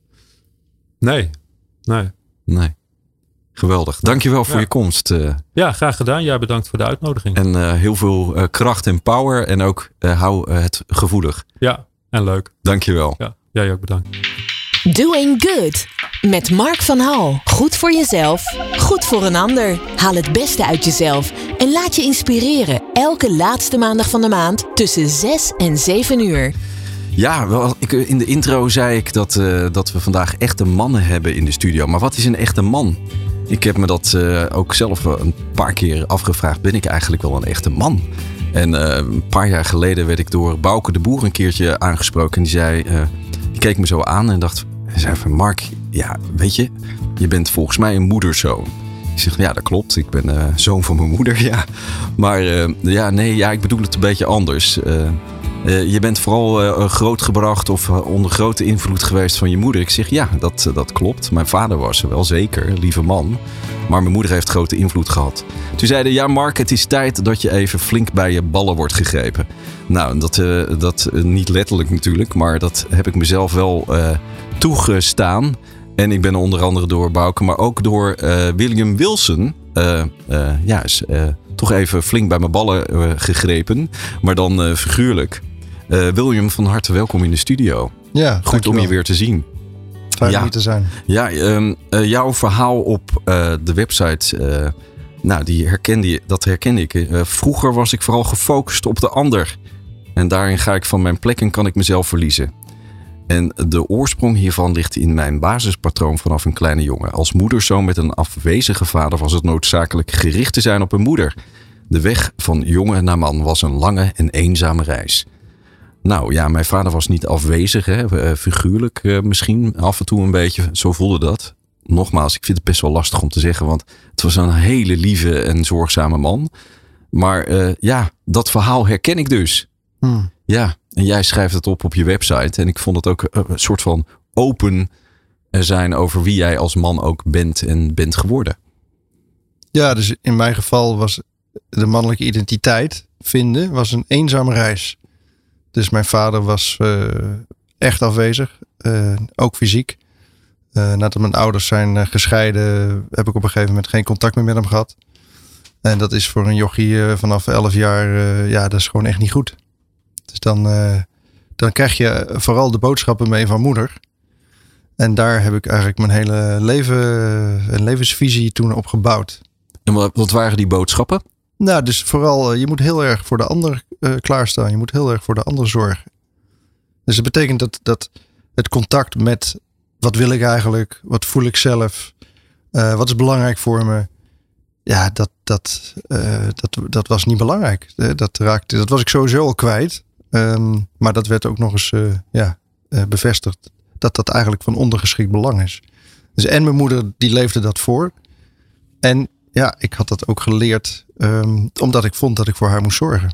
S4: Nee. Nee.
S3: Nee. Geweldig. Dankjewel voor ja. je komst. Uh.
S4: Ja, graag gedaan. Jij bedankt voor de uitnodiging.
S3: En uh, heel veel uh, kracht en power. En ook uh, hou uh, het gevoelig.
S4: Ja, en leuk.
S3: Dankjewel.
S4: Ja, jij ook bedankt.
S2: Doing Good. Met Mark van Hal. Goed voor jezelf, goed voor een ander. Haal het beste uit jezelf en laat je inspireren. Elke laatste maandag van de maand tussen zes en zeven uur.
S3: Ja, wel, ik, in de intro zei ik dat, uh, dat we vandaag echte mannen hebben in de studio. Maar wat is een echte man? Ik heb me dat uh, ook zelf een paar keer afgevraagd. Ben ik eigenlijk wel een echte man? En uh, een paar jaar geleden werd ik door Bouke de Boer een keertje aangesproken. En die zei, uh, die keek me zo aan en dacht... Hij zei van, Mark, ja, weet je, je bent volgens mij een moederzoon. Ik zeg, ja, dat klopt. Ik ben uh, zoon van mijn moeder, ja. Maar uh, ja, nee, ja, ik bedoel het een beetje anders. Uh, uh, je bent vooral uh, grootgebracht of uh, onder grote invloed geweest van je moeder. Ik zeg, ja, dat, uh, dat klopt. Mijn vader was er wel zeker, lieve man. Maar mijn moeder heeft grote invloed gehad. Toen zeiden, ja Mark, het is tijd dat je even flink bij je ballen wordt gegrepen. Nou, dat, uh, dat uh, niet letterlijk natuurlijk, maar dat heb ik mezelf wel uh, toegestaan. En ik ben onder andere door Bouke, maar ook door uh, William Wilson... Uh, uh, ja, is uh, toch even flink bij mijn ballen uh, gegrepen. Maar dan uh, figuurlijk. Uh, William, van harte welkom in de studio.
S5: Ja,
S3: goed om je weer te zien.
S5: Fijn om hier te zijn.
S3: Ja, um, uh, jouw verhaal op uh, de website, uh, nou, die herkende je, dat herkende ik. Uh, vroeger was ik vooral gefocust op de ander. En daarin ga ik van mijn plek en kan ik mezelf verliezen. En de oorsprong hiervan ligt in mijn basispatroon vanaf een kleine jongen. Als moederzoon met een afwezige vader was het noodzakelijk gericht te zijn op een moeder. De weg van jongen naar man was een lange en eenzame reis. Nou ja, mijn vader was niet afwezig, hè, figuurlijk uh, misschien af en toe een beetje. Zo voelde dat. Nogmaals, ik vind het best wel lastig om te zeggen, want het was een hele lieve en zorgzame man. Maar uh, ja, dat verhaal herken ik dus. Hmm. Ja, en jij schrijft het op op je website. En ik vond het ook een soort van open zijn over wie jij als man ook bent en bent geworden.
S5: Ja, dus in mijn geval was de mannelijke identiteit vinden was een eenzame reis. Dus mijn vader was uh, echt afwezig, uh, ook fysiek. Uh, nadat mijn ouders zijn uh, gescheiden, heb ik op een gegeven moment geen contact meer met hem gehad. En dat is voor een jochie uh, vanaf elf jaar, uh, ja, dat is gewoon echt niet goed. Dus dan, uh, dan krijg je vooral de boodschappen mee van moeder. En daar heb ik eigenlijk mijn hele leven en levensvisie toen op gebouwd.
S3: En wat waren die boodschappen?
S5: Nou, dus vooral, je moet heel erg voor de ander uh, klaarstaan. Je moet heel erg voor de ander zorgen. Dus dat betekent dat, dat het contact met wat wil ik eigenlijk? Wat voel ik zelf? Uh, wat is belangrijk voor me? Ja, dat, dat, uh, dat, dat was niet belangrijk. Dat, raakte, dat was ik sowieso al kwijt. Um, maar dat werd ook nog eens uh, ja, uh, bevestigd. Dat dat eigenlijk van ondergeschikt belang is. Dus en mijn moeder die leefde dat voor. En ja, ik had dat ook geleerd. Um, omdat ik vond dat ik voor haar moest zorgen.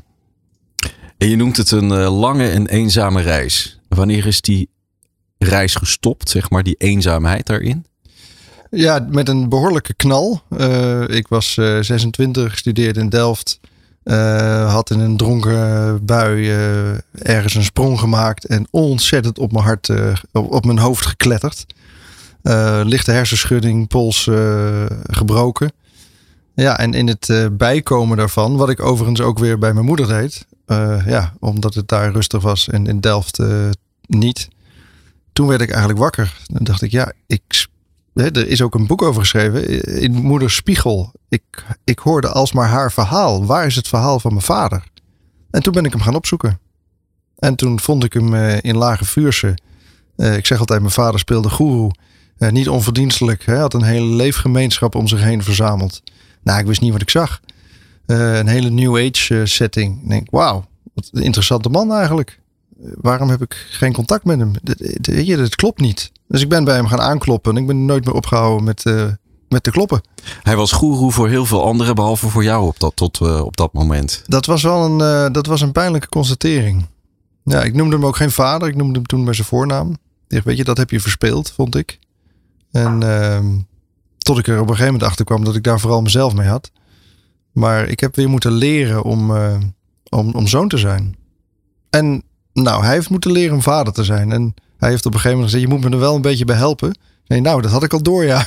S3: En je noemt het een uh, lange en eenzame reis. Wanneer is die reis gestopt, zeg maar, die eenzaamheid daarin?
S5: Ja, met een behoorlijke knal. Uh, ik was uh, zesentwintig, studeerde in Delft. Uh, had in een dronken bui uh, ergens een sprong gemaakt. En ontzettend op mijn hart, uh, op, op mijn hoofd gekletterd. Uh, lichte hersenschudding, pols uh, gebroken. Ja, en in het uh, bijkomen daarvan, wat ik overigens ook weer bij mijn moeder deed. Uh, ja, omdat het daar rustig was en in Delft uh, niet. Toen werd ik eigenlijk wakker. Dan dacht ik, ja, ik, hè, er is ook een boek over geschreven. In Moeders Spiegel. Ik, ik hoorde alsmaar haar verhaal. Waar is het verhaal van mijn vader? En toen ben ik hem gaan opzoeken. En toen vond ik hem uh, in Lage Vuursche. Uh, ik zeg altijd, mijn vader speelde goeroe. Uh, niet onverdienstelijk. Hij had een hele leefgemeenschap om zich heen verzameld. Nou, ik wist niet wat ik zag. Uh, een hele New Age uh, setting. Ik denk, wauw, wat een interessante man eigenlijk. Uh, waarom heb ik geen contact met hem? Weet je, dat klopt niet. Dus ik ben bij hem gaan aankloppen. En ik ben nooit meer opgehouden met, uh, met te kloppen.
S3: Hij was goeroe voor heel veel anderen, behalve voor jou op dat, tot, uh, op dat moment.
S5: Dat was wel een, uh, dat was een pijnlijke constatering. Ja, ik noemde hem ook geen vader. Ik noemde hem toen bij zijn voornaam. Weet je, dat heb je verspeeld, vond ik. En uh, tot ik er op een gegeven moment achter kwam dat ik daar vooral mezelf mee had. Maar ik heb weer moeten leren om, uh, om, om zoon te zijn. En nou, hij heeft moeten leren om vader te zijn. En hij heeft op een gegeven moment gezegd, je moet me er wel een beetje bij helpen. Nee, nou, dat had ik al door, ja.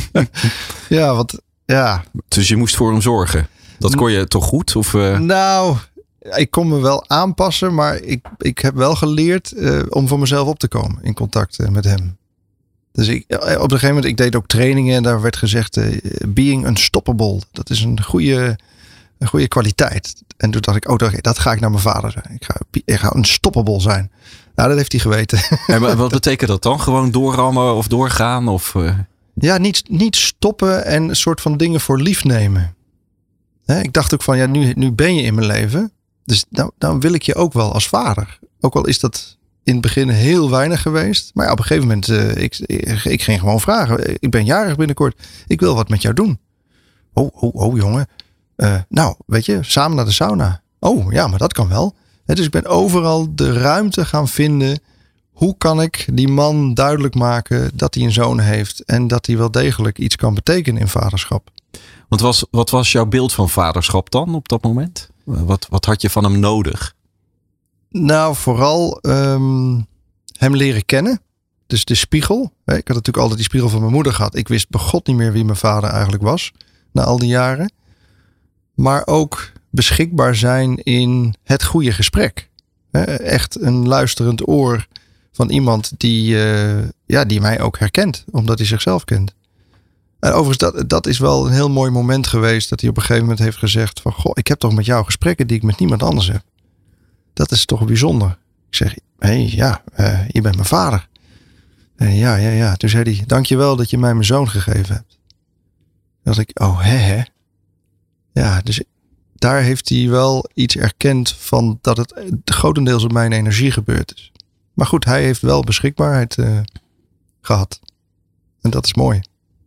S5: ja, want, ja.
S3: Dus je moest voor hem zorgen. Dat kon je toch goed? Of, uh...
S5: Nou, ik kon me wel aanpassen, maar ik, ik heb wel geleerd uh, om voor mezelf op te komen in contact uh, met hem. Dus ik, op een gegeven moment, ik deed ook trainingen en daar werd gezegd, uh, being unstoppable. Dat is een goede, een goede kwaliteit. En toen dacht ik, oh, dat ga ik naar mijn vader zijn. Ik ga, ik ga unstoppable zijn. Nou, dat heeft hij geweten.
S3: En wat betekent dat dan? Gewoon doorrammen of doorgaan? Of, uh...
S5: Ja, niet, niet stoppen en een soort van dingen voor lief nemen. Hè, ik dacht ook van, ja, nu, nu ben je in mijn leven. Dus nou, dan wil ik je ook wel als vader. Ook al is dat in het begin heel weinig geweest. Maar ja, op een gegeven moment, uh, ik, ik, ik ging gewoon vragen. Ik ben jarig binnenkort. Ik wil wat met jou doen. Oh, oh, oh jongen. Uh, nou, weet je, samen naar de sauna. Oh, ja, maar dat kan wel. He, dus ik ben overal de ruimte gaan vinden. Hoe kan ik die man duidelijk maken dat hij een zoon heeft. En dat hij wel degelijk iets kan betekenen in vaderschap.
S3: Want was, wat was jouw beeld van vaderschap dan op dat moment? Wat, wat had je van hem nodig?
S5: Nou, vooral um, hem leren kennen. Dus de spiegel. Ik had natuurlijk altijd die spiegel van mijn moeder gehad. Ik wist bij God niet meer wie mijn vader eigenlijk was. Na al die jaren. Maar ook beschikbaar zijn in het goede gesprek. Echt een luisterend oor van iemand die, uh, ja, die mij ook herkent. Omdat hij zichzelf kent. En overigens, dat, dat is wel een heel mooi moment geweest. Dat hij op een gegeven moment heeft gezegd van, goh, ik heb toch met jou gesprekken die ik met niemand anders heb. Dat is toch bijzonder. Ik zeg, hé, hey, ja, uh, je bent mijn vader. En ja, ja, ja. Toen zei hij, dankjewel dat je mij mijn zoon gegeven hebt. Toen dacht ik, oh, hè, hè. Ja, dus daar heeft hij wel iets erkend van dat het grotendeels op mijn energie gebeurd is. Maar goed, hij heeft wel beschikbaarheid uh, gehad. En dat is mooi.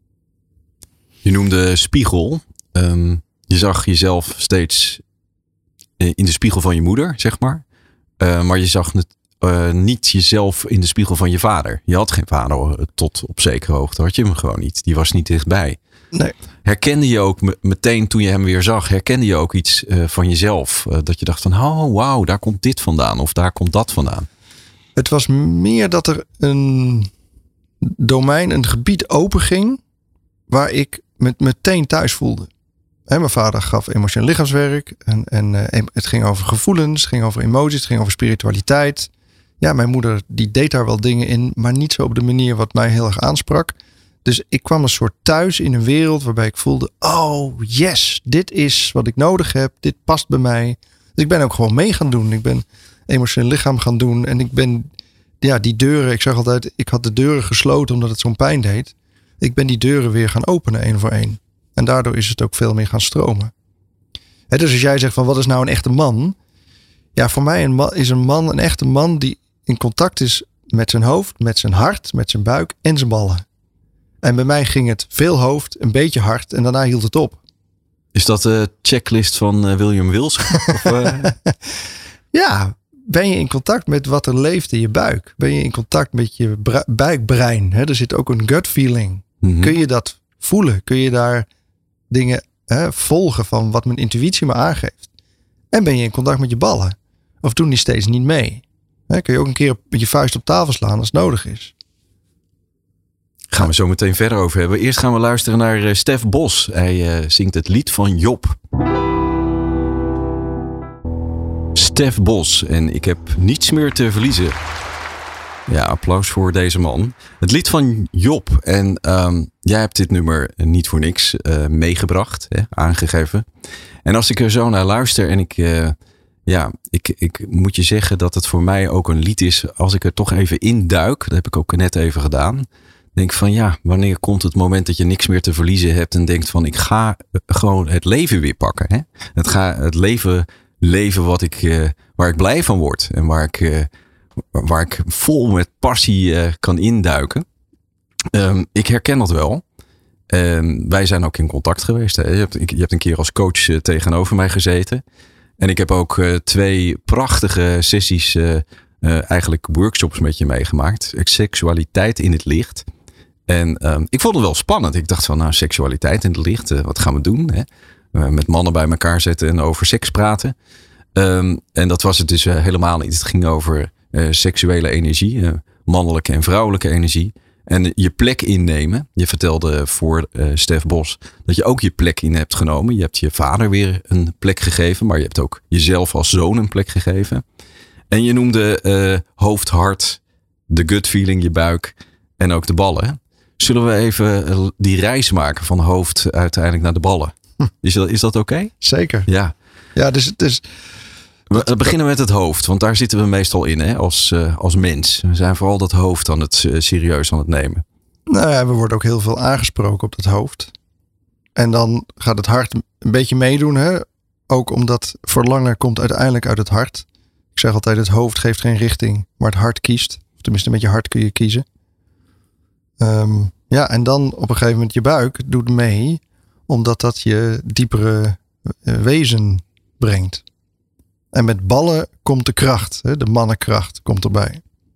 S3: Je noemde spiegel. Um, je zag jezelf steeds in de spiegel van je moeder, zeg maar. Uh, maar je zag het, uh, niet jezelf in de spiegel van je vader. Je had geen vader tot op zekere hoogte. Had je hem gewoon niet. Die was niet dichtbij.
S5: Nee.
S3: Herkende je ook meteen toen je hem weer zag, herkende je ook iets uh, van jezelf? Uh, dat je dacht van, oh wauw, daar komt dit vandaan of daar komt dat vandaan.
S5: Het was meer dat er een domein, een gebied openging waar ik me meteen thuis voelde. He, mijn vader gaf emotioneel lichaamswerk en, en uh, het ging over gevoelens, het ging over emoties, het ging over spiritualiteit. Ja, mijn moeder die deed daar wel dingen in, maar niet zo op de manier wat mij heel erg aansprak. Dus ik kwam een soort thuis in een wereld waarbij ik voelde, oh yes, dit is wat ik nodig heb, dit past bij mij. Dus ik ben ook gewoon mee gaan doen. Ik ben emotioneel lichaam gaan doen en ik ben, ja, die deuren, ik zeg altijd, ik had de deuren gesloten omdat het zo'n pijn deed. Ik ben die deuren weer gaan openen één voor één. En daardoor is het ook veel meer gaan stromen. He, dus als jij zegt van wat is nou een echte man? Ja, voor mij een man, is een man een echte man die in contact is met zijn hoofd, met zijn hart, met zijn buik en zijn ballen. En bij mij ging het veel hoofd, een beetje hart en daarna hield het op.
S3: Is dat de checklist van uh, William Wills? Of, uh...
S5: Ja, ben je in contact met wat er leeft in je buik? Ben je in contact met je bra- buikbrein? He, er zit ook een gut feeling. Mm-hmm. Kun je dat voelen? Kun je daar dingen he, volgen van wat mijn intuïtie me aangeeft? En ben je in contact met je ballen? Of doen die steeds niet mee? He, kun je ook een keer met je vuist op tafel slaan als het nodig is?
S3: Gaan we zo meteen verder over hebben. Eerst gaan we luisteren naar uh, Stef Bos. Hij uh, zingt het lied van Job. Stef Bos en ik heb niets meer te verliezen. Ja, applaus voor deze man. Het lied van Job. En um, jij hebt dit nummer niet voor niks uh, meegebracht, hè, aangegeven. En als ik er zo naar luister en ik... Uh, ja, ik, ik moet je zeggen dat het voor mij ook een lied is. Als ik er toch even induik, dat heb ik ook net even gedaan. Denk van ja, wanneer komt het moment dat je niks meer te verliezen hebt en denkt van ik ga gewoon het leven weer pakken. Hè? Het, ga, het leven leven wat ik, uh, waar ik blij van word en waar ik, uh, waar ik vol met passie uh, kan induiken. Um, ik herken dat wel. Um, wij zijn ook in contact geweest. Hè? Je, hebt, je hebt een keer als coach uh, tegenover mij gezeten. En ik heb ook uh, twee prachtige sessies, uh, uh, eigenlijk workshops met je meegemaakt. Seksualiteit in het licht. En um, ik vond het wel spannend. Ik dacht van nou, seksualiteit in het licht, uh, wat gaan we doen? Hè? Uh, met mannen bij elkaar zetten en over seks praten. Um, en dat was het dus uh, helemaal niet. Het ging over uh, seksuele energie, uh, mannelijke en vrouwelijke energie. En je plek innemen. Je vertelde voor uh, Stef Bos dat je ook je plek in hebt genomen. Je hebt je vader weer een plek gegeven. Maar je hebt ook jezelf als zoon een plek gegeven. En je noemde uh, hoofd, hart, de gut feeling, je buik. en ook de ballen. Zullen we even die reis maken van hoofd uiteindelijk naar de ballen? Hm. Is dat, is dat oké? Okay?
S5: Zeker.
S3: Ja.
S5: Ja, dus... dus
S3: we beginnen met het hoofd, want daar zitten we meestal in hè, als, uh, als mens. We zijn vooral dat hoofd aan het uh, serieus aan het nemen.
S5: Nou ja, we worden ook heel veel aangesproken op dat hoofd. En dan gaat het hart een beetje meedoen. Hè? Ook omdat verlangen komt uiteindelijk uit het hart. Ik zeg altijd, het hoofd geeft geen richting, maar het hart kiest. Of tenminste, met je hart kun je kiezen. Um, ja, en dan op een gegeven moment je buik doet mee, omdat dat je diepere uh, wezen brengt. En met ballen komt de kracht, hè? De mannenkracht komt erbij.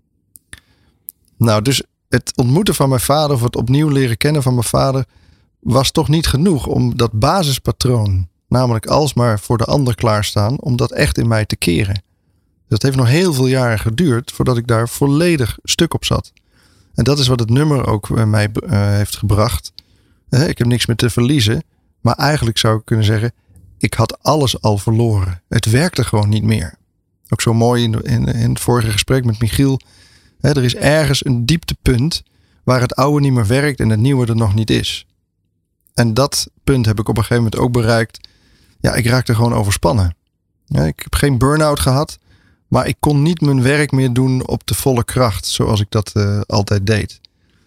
S5: Nou, dus het ontmoeten van mijn vader, of het opnieuw leren kennen van mijn vader, was toch niet genoeg om dat basispatroon, namelijk alsmaar voor de ander klaarstaan, om dat echt in mij te keren. Dat heeft nog heel veel jaren geduurd voordat ik daar volledig stuk op zat. En dat is wat het nummer ook mij uh, heeft gebracht. Uh, ik heb niks meer te verliezen. Maar eigenlijk zou ik kunnen zeggen, ik had alles al verloren. Het werkte gewoon niet meer. Ook zo mooi in, in, in het vorige gesprek met Michiel. Uh, er is ergens een dieptepunt waar het oude niet meer werkt en het nieuwe er nog niet is. En dat punt heb ik op een gegeven moment ook bereikt. Ja, ik raakte gewoon overspannen. Ja, ik heb geen burn-out gehad. Maar ik kon niet mijn werk meer doen op de volle kracht. Zoals ik dat uh, altijd deed.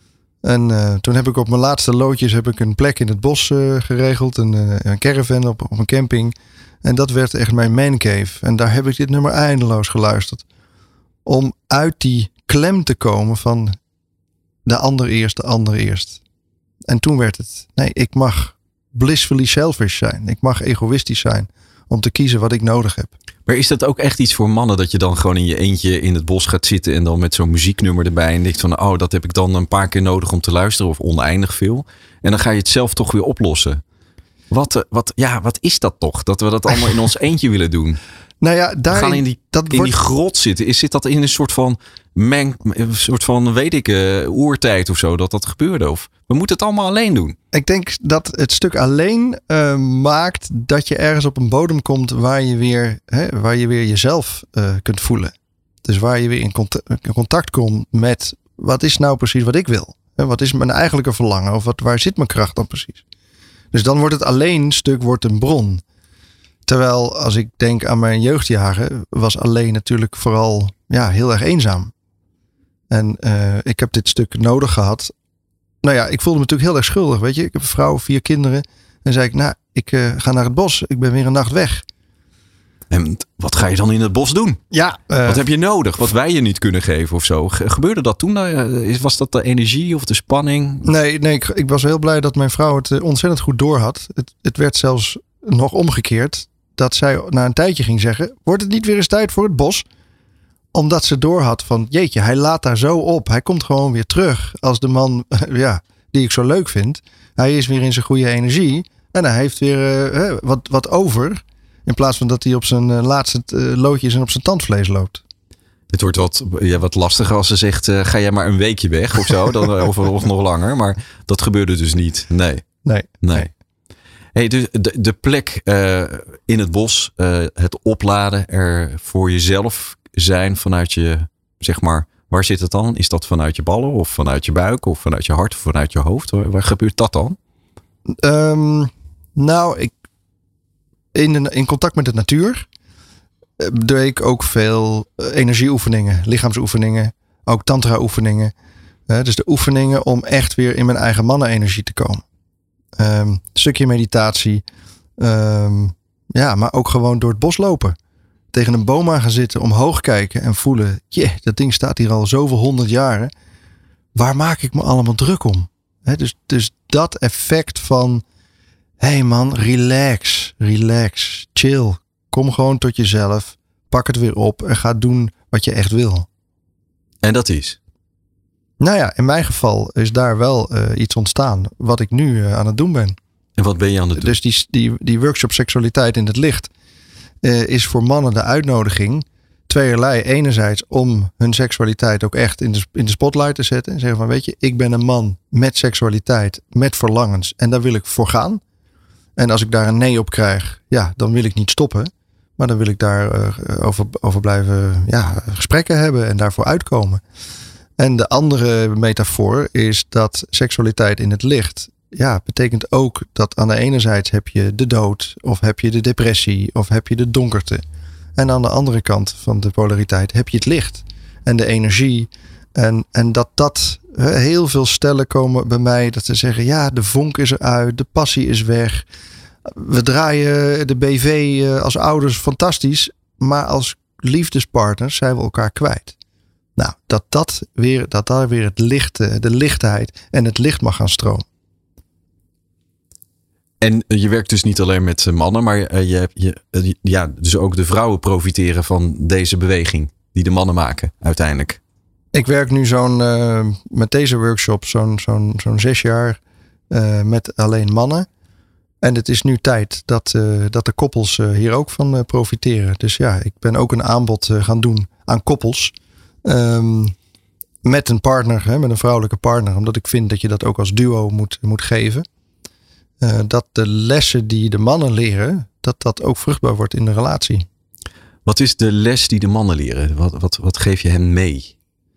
S5: En uh, toen heb ik op mijn laatste loodjes heb ik een plek in het bos uh, geregeld. Een, uh, een caravan op, op een camping. En dat werd echt mijn mancave. En daar heb ik dit nummer eindeloos geluisterd. Om uit die klem te komen van de ander eerst, de ander eerst. En toen werd het, nee, ik mag blissfully selfish zijn. Ik mag egoïstisch zijn. Om te kiezen wat ik nodig heb.
S3: Maar is dat ook echt iets voor mannen? Dat je dan gewoon in je eentje in het bos gaat zitten. En dan met zo'n muzieknummer erbij. En denkt van, oh, dat heb ik dan een paar keer nodig om te luisteren. Of oneindig veel. En dan ga je het zelf toch weer oplossen. Wat, wat, ja, wat is dat toch? Dat we dat allemaal in ons eentje willen doen.
S5: Nou ja, daar
S3: we gaan in die, dat in wordt... die grot zitten. Is, zit dat in een soort van, meng, een soort van, weet ik, uh, oertijd of zo, dat dat gebeurde? Of we moeten het allemaal alleen doen?
S5: Ik denk dat het stuk alleen uh, maakt dat je ergens op een bodem komt waar je weer, hè, waar je weer jezelf uh, kunt voelen. Dus waar je weer in contact, in contact komt met wat is nou precies wat ik wil? Hè, wat is mijn eigenlijke verlangen? Of wat, waar zit mijn kracht dan precies? Dus dan wordt het alleen stuk wordt een bron. Terwijl als ik denk aan mijn jeugdjaren, was alleen natuurlijk vooral ja, heel erg eenzaam. En uh, ik heb dit stuk nodig gehad. Nou ja, ik voelde me natuurlijk heel erg schuldig, weet je. Ik heb een vrouw, vier kinderen. En zei ik, nou, ik uh, ga naar het bos. Ik ben weer een nacht weg.
S3: En wat ga je dan in het bos doen?
S5: Ja. Uh,
S3: wat heb je nodig? Wat wij je niet kunnen geven of zo? Gebeurde dat toen? Was dat de energie of de spanning?
S5: Nee, nee ik, ik was heel blij dat mijn vrouw het ontzettend goed door had. Het, het werd zelfs nog omgekeerd. Dat zij na een tijdje ging zeggen, wordt het niet weer eens tijd voor het bos? Omdat ze doorhad van, jeetje, hij laat daar zo op. Hij komt gewoon weer terug als de man ja, die ik zo leuk vind. Hij is weer in zijn goede energie. En hij heeft weer uh, wat, wat over. In plaats van dat hij op zijn uh, laatste uh, loodjes en op zijn tandvlees loopt.
S3: Het wordt wat, ja, wat lastiger als ze zegt, uh, ga jij maar een weekje weg of zo. Dan, of, of nog langer. Maar dat gebeurde dus niet. Nee.
S5: Nee.
S3: Nee. Hey, de, de, de plek uh, in het bos, uh, het opladen, er voor jezelf zijn vanuit je, zeg maar, waar zit het dan? Is dat vanuit je ballen of vanuit je buik of vanuit je hart of vanuit je hoofd? Waar, waar gebeurt dat dan?
S5: Um, nou, ik, in, in contact met de natuur uh, doe ik ook veel uh, energieoefeningen, lichaamsoefeningen, ook tantra oefeningen. Uh, dus de oefeningen om echt weer in mijn eigen mannenenergie te komen. Um, een stukje meditatie. Um, ja, maar ook gewoon door het bos lopen. Tegen een boom aan gaan zitten, omhoog kijken en voelen. Yeah, dat ding staat hier al zoveel honderd jaren. Waar maak ik me allemaal druk om? He, dus, dus dat effect van, hé hey man, relax, relax, chill. Kom gewoon tot jezelf. Pak het weer op en ga doen wat je echt wil.
S3: En dat is?
S5: Nou ja, in mijn geval is daar wel uh, iets ontstaan wat ik nu uh, aan het doen ben.
S3: En wat ben je aan het doen?
S5: Dus die, die, die workshop seksualiteit in het licht uh, is voor mannen de uitnodiging. Tweeërlei. Enerzijds om hun seksualiteit ook echt in de, in de spotlight te zetten. En zeggen van, weet je, ik ben een man met seksualiteit, met verlangens. En daar wil ik voor gaan. En als ik daar een nee op krijg, ja, dan wil ik niet stoppen. Maar dan wil ik daar uh, over, over blijven ja, gesprekken hebben en daarvoor uitkomen. En de andere metafoor is dat seksualiteit in het licht, ja, betekent ook dat aan de ene zijde heb je de dood, of heb je de depressie, of heb je de donkerte. En aan de andere kant van de polariteit heb je het licht en de energie. En, en dat dat, heel veel stellen komen bij mij dat ze zeggen, ja, de vonk is eruit, de passie is weg. We draaien de B V als ouders fantastisch, maar als liefdespartners zijn we elkaar kwijt. Nou, dat, dat, weer, dat daar weer het lichte, de lichtheid en het licht mag gaan stromen.
S3: En je werkt dus niet alleen met mannen, maar je hebt je, ja, dus ook de vrouwen profiteren van deze beweging die de mannen maken uiteindelijk.
S5: Ik werk nu zo'n uh, met deze workshop zo'n, zo'n, zo'n zes jaar uh, met alleen mannen. En het is nu tijd dat, uh, dat de koppels uh, hier ook van uh, profiteren. Dus ja, ik ben ook een aanbod uh, gaan doen aan koppels. Um, met een partner, hè, met een vrouwelijke partner. Omdat ik vind dat je dat ook als duo moet, moet geven. Uh, dat de lessen die de mannen leren, dat dat ook vruchtbaar wordt in de relatie.
S3: Wat is de les die de mannen leren? Wat, wat, wat geef je hen mee?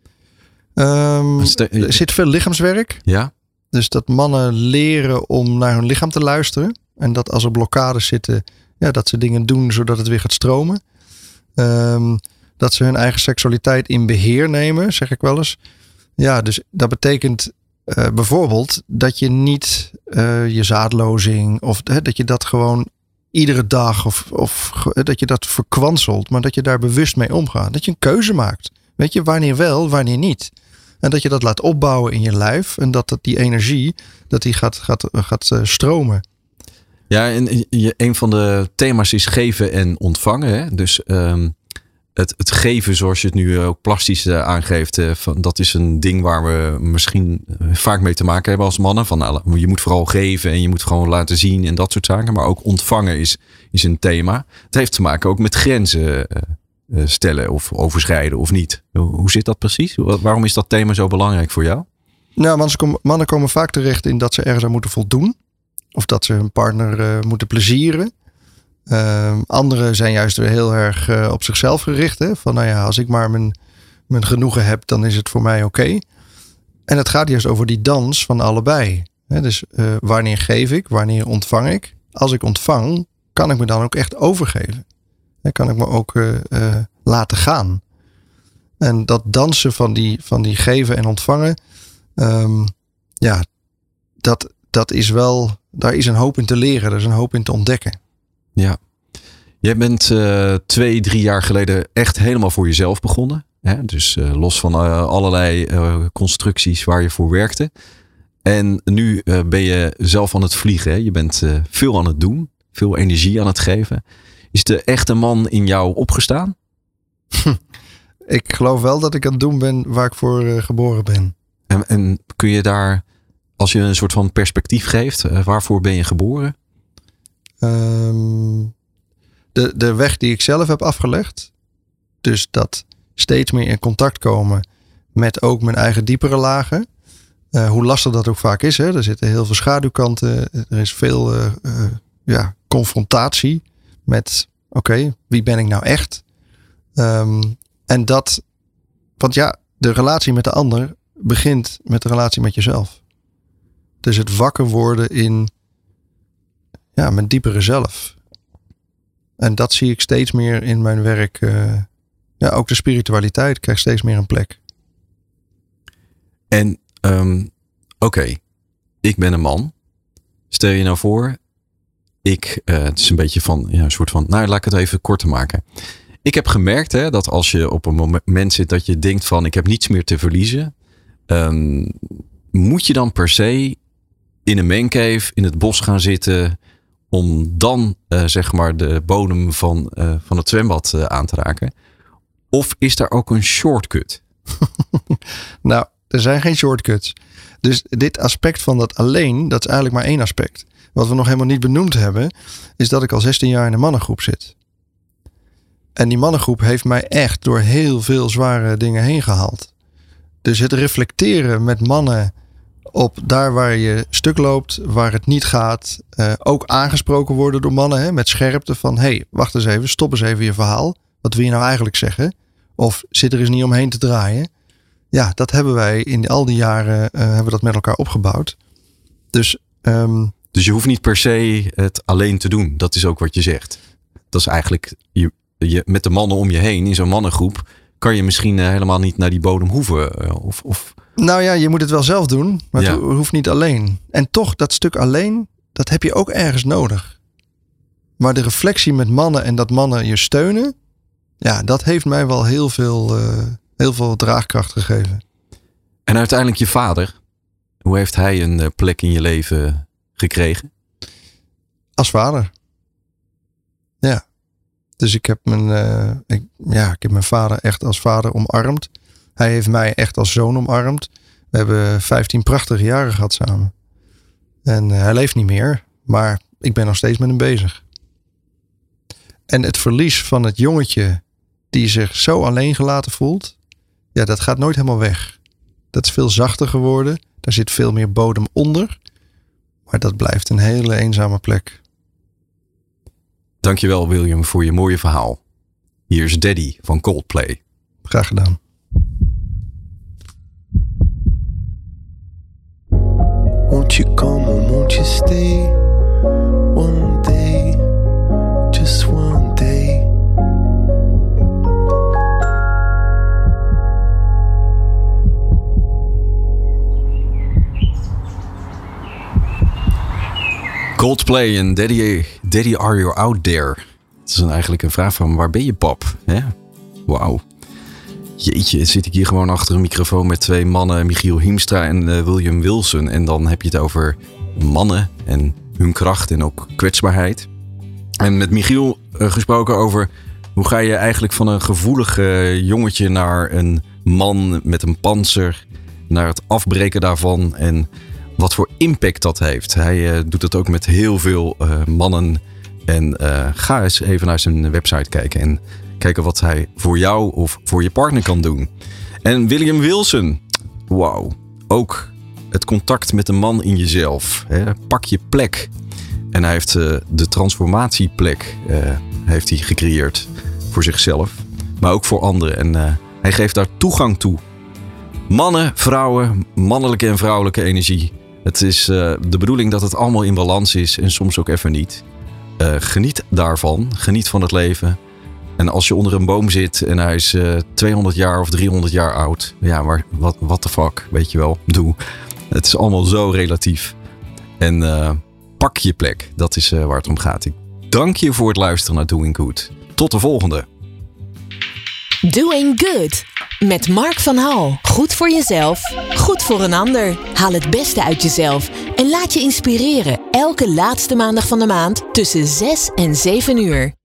S5: Um, er zit veel lichaamswerk.
S3: Ja.
S5: Dus dat mannen leren om naar hun lichaam te luisteren. En dat als er blokkades zitten, ja, dat ze dingen doen zodat het weer gaat stromen. Um, dat ze hun eigen seksualiteit in beheer nemen, zeg ik wel eens. Ja, dus dat betekent uh, bijvoorbeeld dat je niet uh, je zaadlozing of uh, dat je dat gewoon iedere dag of, of uh, dat je dat verkwanselt, maar dat je daar bewust mee omgaat. Dat je een keuze maakt. Weet je, wanneer wel, wanneer niet. En dat je dat laat opbouwen in je lijf. En dat, dat die energie, dat die gaat, gaat, gaat uh, stromen.
S3: Ja, en je, een van de thema's is geven en ontvangen. Hè? Dus um, het, het geven, zoals je het nu ook plastisch uh, aangeeft. Uh, van, dat is een ding waar we misschien vaak mee te maken hebben als mannen. Van, nou, je moet vooral geven en je moet gewoon laten zien en dat soort zaken. Maar ook ontvangen is, is een thema. Het heeft te maken ook met grenzen uh, stellen of overschrijden of niet. Hoe zit dat precies? Waarom is dat thema zo belangrijk voor jou?
S5: Nou, mannen komen vaak terecht in dat ze ergens aan moeten voldoen. Of dat ze hun partner uh, moeten plezieren. Uh, anderen zijn juist weer heel erg uh, op zichzelf gericht. Hè? Van nou ja, als ik maar mijn, mijn genoegen heb, dan is het voor mij oké. Okay. En het gaat juist over die dans van allebei. Hè? Dus uh, wanneer geef ik, wanneer ontvang ik? Als ik ontvang, kan ik me dan ook echt overgeven. Hè? Kan ik me ook uh, uh, laten gaan. En dat dansen van die, van die geven en ontvangen. Um, ja, dat, dat is wel, daar is een hoop in te leren. Er is een hoop in te ontdekken.
S3: Ja. Jij bent uh, twee, drie jaar geleden echt helemaal voor jezelf begonnen. Hè? Dus uh, los van uh, allerlei uh, constructies waar je voor werkte. En nu uh, ben je zelf aan het vliegen. Hè? Je bent uh, veel aan het doen. Veel energie aan het geven. Is de echte man in jou opgestaan?
S5: Ik geloof wel dat ik aan het doen ben waar ik voor uh, geboren ben.
S3: En, en kun je daar, als je een soort van perspectief geeft, uh, waarvoor ben je geboren?
S5: Um, de, de weg die ik zelf heb afgelegd. Dus dat steeds meer in contact komen met ook mijn eigen diepere lagen. Uh, hoe lastig dat ook vaak is. Hè? Er zitten heel veel schaduwkanten. Er is veel uh, uh, ja, confrontatie met oké, okay, wie ben ik nou echt? Um, en dat, want ja, de relatie met de ander begint met de relatie met jezelf. Dus het wakker worden in ja, mijn diepere zelf. En dat zie ik steeds meer in mijn werk. Uh, ja, ook de spiritualiteit krijgt steeds meer een plek.
S3: En um, oké, okay, ik ben een man. Stel je nou voor, ik, uh, het is een beetje van, ja, een soort van, nou laat ik het even korter maken. Ik heb gemerkt hè, dat als je op een moment zit dat je denkt van ik heb niets meer te verliezen. Um, moet je dan per se in een mancave in het bos gaan zitten om dan uh, zeg maar de bodem van, uh, van het zwembad uh, aan te raken? Of is daar ook een shortcut?
S5: Nou, er zijn geen shortcuts. Dus dit aspect van dat alleen, dat is eigenlijk maar één aspect. Wat we nog helemaal niet benoemd hebben, is dat ik al zestien jaar in een mannengroep zit. En die mannengroep heeft mij echt door heel veel zware dingen heen gehaald. Dus het reflecteren met mannen op daar waar je stuk loopt, waar het niet gaat. Uh, ook aangesproken worden door mannen hè, met scherpte van hé, hey, wacht eens even, stop eens even je verhaal. Wat wil je nou eigenlijk zeggen? Of zit er eens niet omheen te draaien? ja, dat hebben wij in al die jaren uh, hebben we dat met elkaar opgebouwd. Dus, um,
S3: dus je hoeft niet per se het alleen te doen. Dat is ook wat je zegt. Dat is eigenlijk je, je, met de mannen om je heen in zo'n mannengroep kan je misschien uh, helemaal niet naar die bodem hoeven. Uh, of, of...
S5: Nou ja, je moet het wel zelf doen, maar ja. het hoeft niet alleen. En toch, dat stuk alleen, dat heb je ook ergens nodig. Maar de reflectie met mannen en dat mannen je steunen, ja, dat heeft mij wel heel veel, uh, heel veel draagkracht gegeven.
S3: En uiteindelijk je vader, hoe heeft hij een uh, plek in je leven gekregen?
S5: Als vader. Ja. Dus ik heb mijn, uh, ik, ja, ik heb mijn vader echt als vader omarmd. Hij heeft mij echt als zoon omarmd. We hebben vijftien prachtige jaren gehad samen. En uh, hij leeft niet meer, maar ik ben nog steeds met hem bezig. En het verlies van het jongetje die zich zo alleen gelaten voelt, ja, dat gaat nooit helemaal weg. Dat is veel zachter geworden. Daar zit veel meer bodem onder. Maar dat blijft een hele eenzame plek.
S3: Dankjewel William voor je mooie verhaal. Hier is Daddy van Coldplay.
S5: Graag gedaan.
S6: Won't you come or won't you stay? One day, just one day.
S3: Coldplay en Daddy, Daddy Are You Out There? Het is een, eigenlijk een vraag van waar ben je pap? Wauw. Jeetje, zit ik hier gewoon achter een microfoon met twee mannen, Michiel Hiemstra en uh, William Wilson. En dan heb je het over mannen en hun kracht en ook kwetsbaarheid. En met Michiel uh, gesproken over hoe ga je eigenlijk van een gevoelig uh, jongetje naar een man met een pantser, naar het afbreken daarvan en wat voor impact dat heeft. Hij uh, doet het ook met heel veel uh, mannen. En uh, ga eens even naar zijn website kijken en kijken wat hij voor jou of voor je partner kan doen. En William Wilson, wauw, ook het contact met de man in jezelf. Hè? Pak je plek. En hij heeft uh, de transformatieplek uh, heeft hij gecreëerd voor zichzelf, maar ook voor anderen. En uh, hij geeft daar toegang toe. Mannen, vrouwen, mannelijke en vrouwelijke energie. Het is uh, de bedoeling dat het allemaal in balans is en soms ook even niet. Uh, geniet daarvan, geniet van het leven. En als je onder een boom zit en hij is uh, tweehonderd jaar of driehonderd jaar oud. Ja, maar wat what the fuck, weet je wel, doe. Het is allemaal zo relatief. En uh, pak je plek, dat is uh, waar het om gaat. Ik dank je voor het luisteren naar Doing Good. Tot de volgende.
S2: Doing Good. Met Mark van Hal. Goed voor jezelf, goed voor een ander. Haal het beste uit jezelf en laat je inspireren. Elke laatste maandag van de maand tussen zes en zeven uur.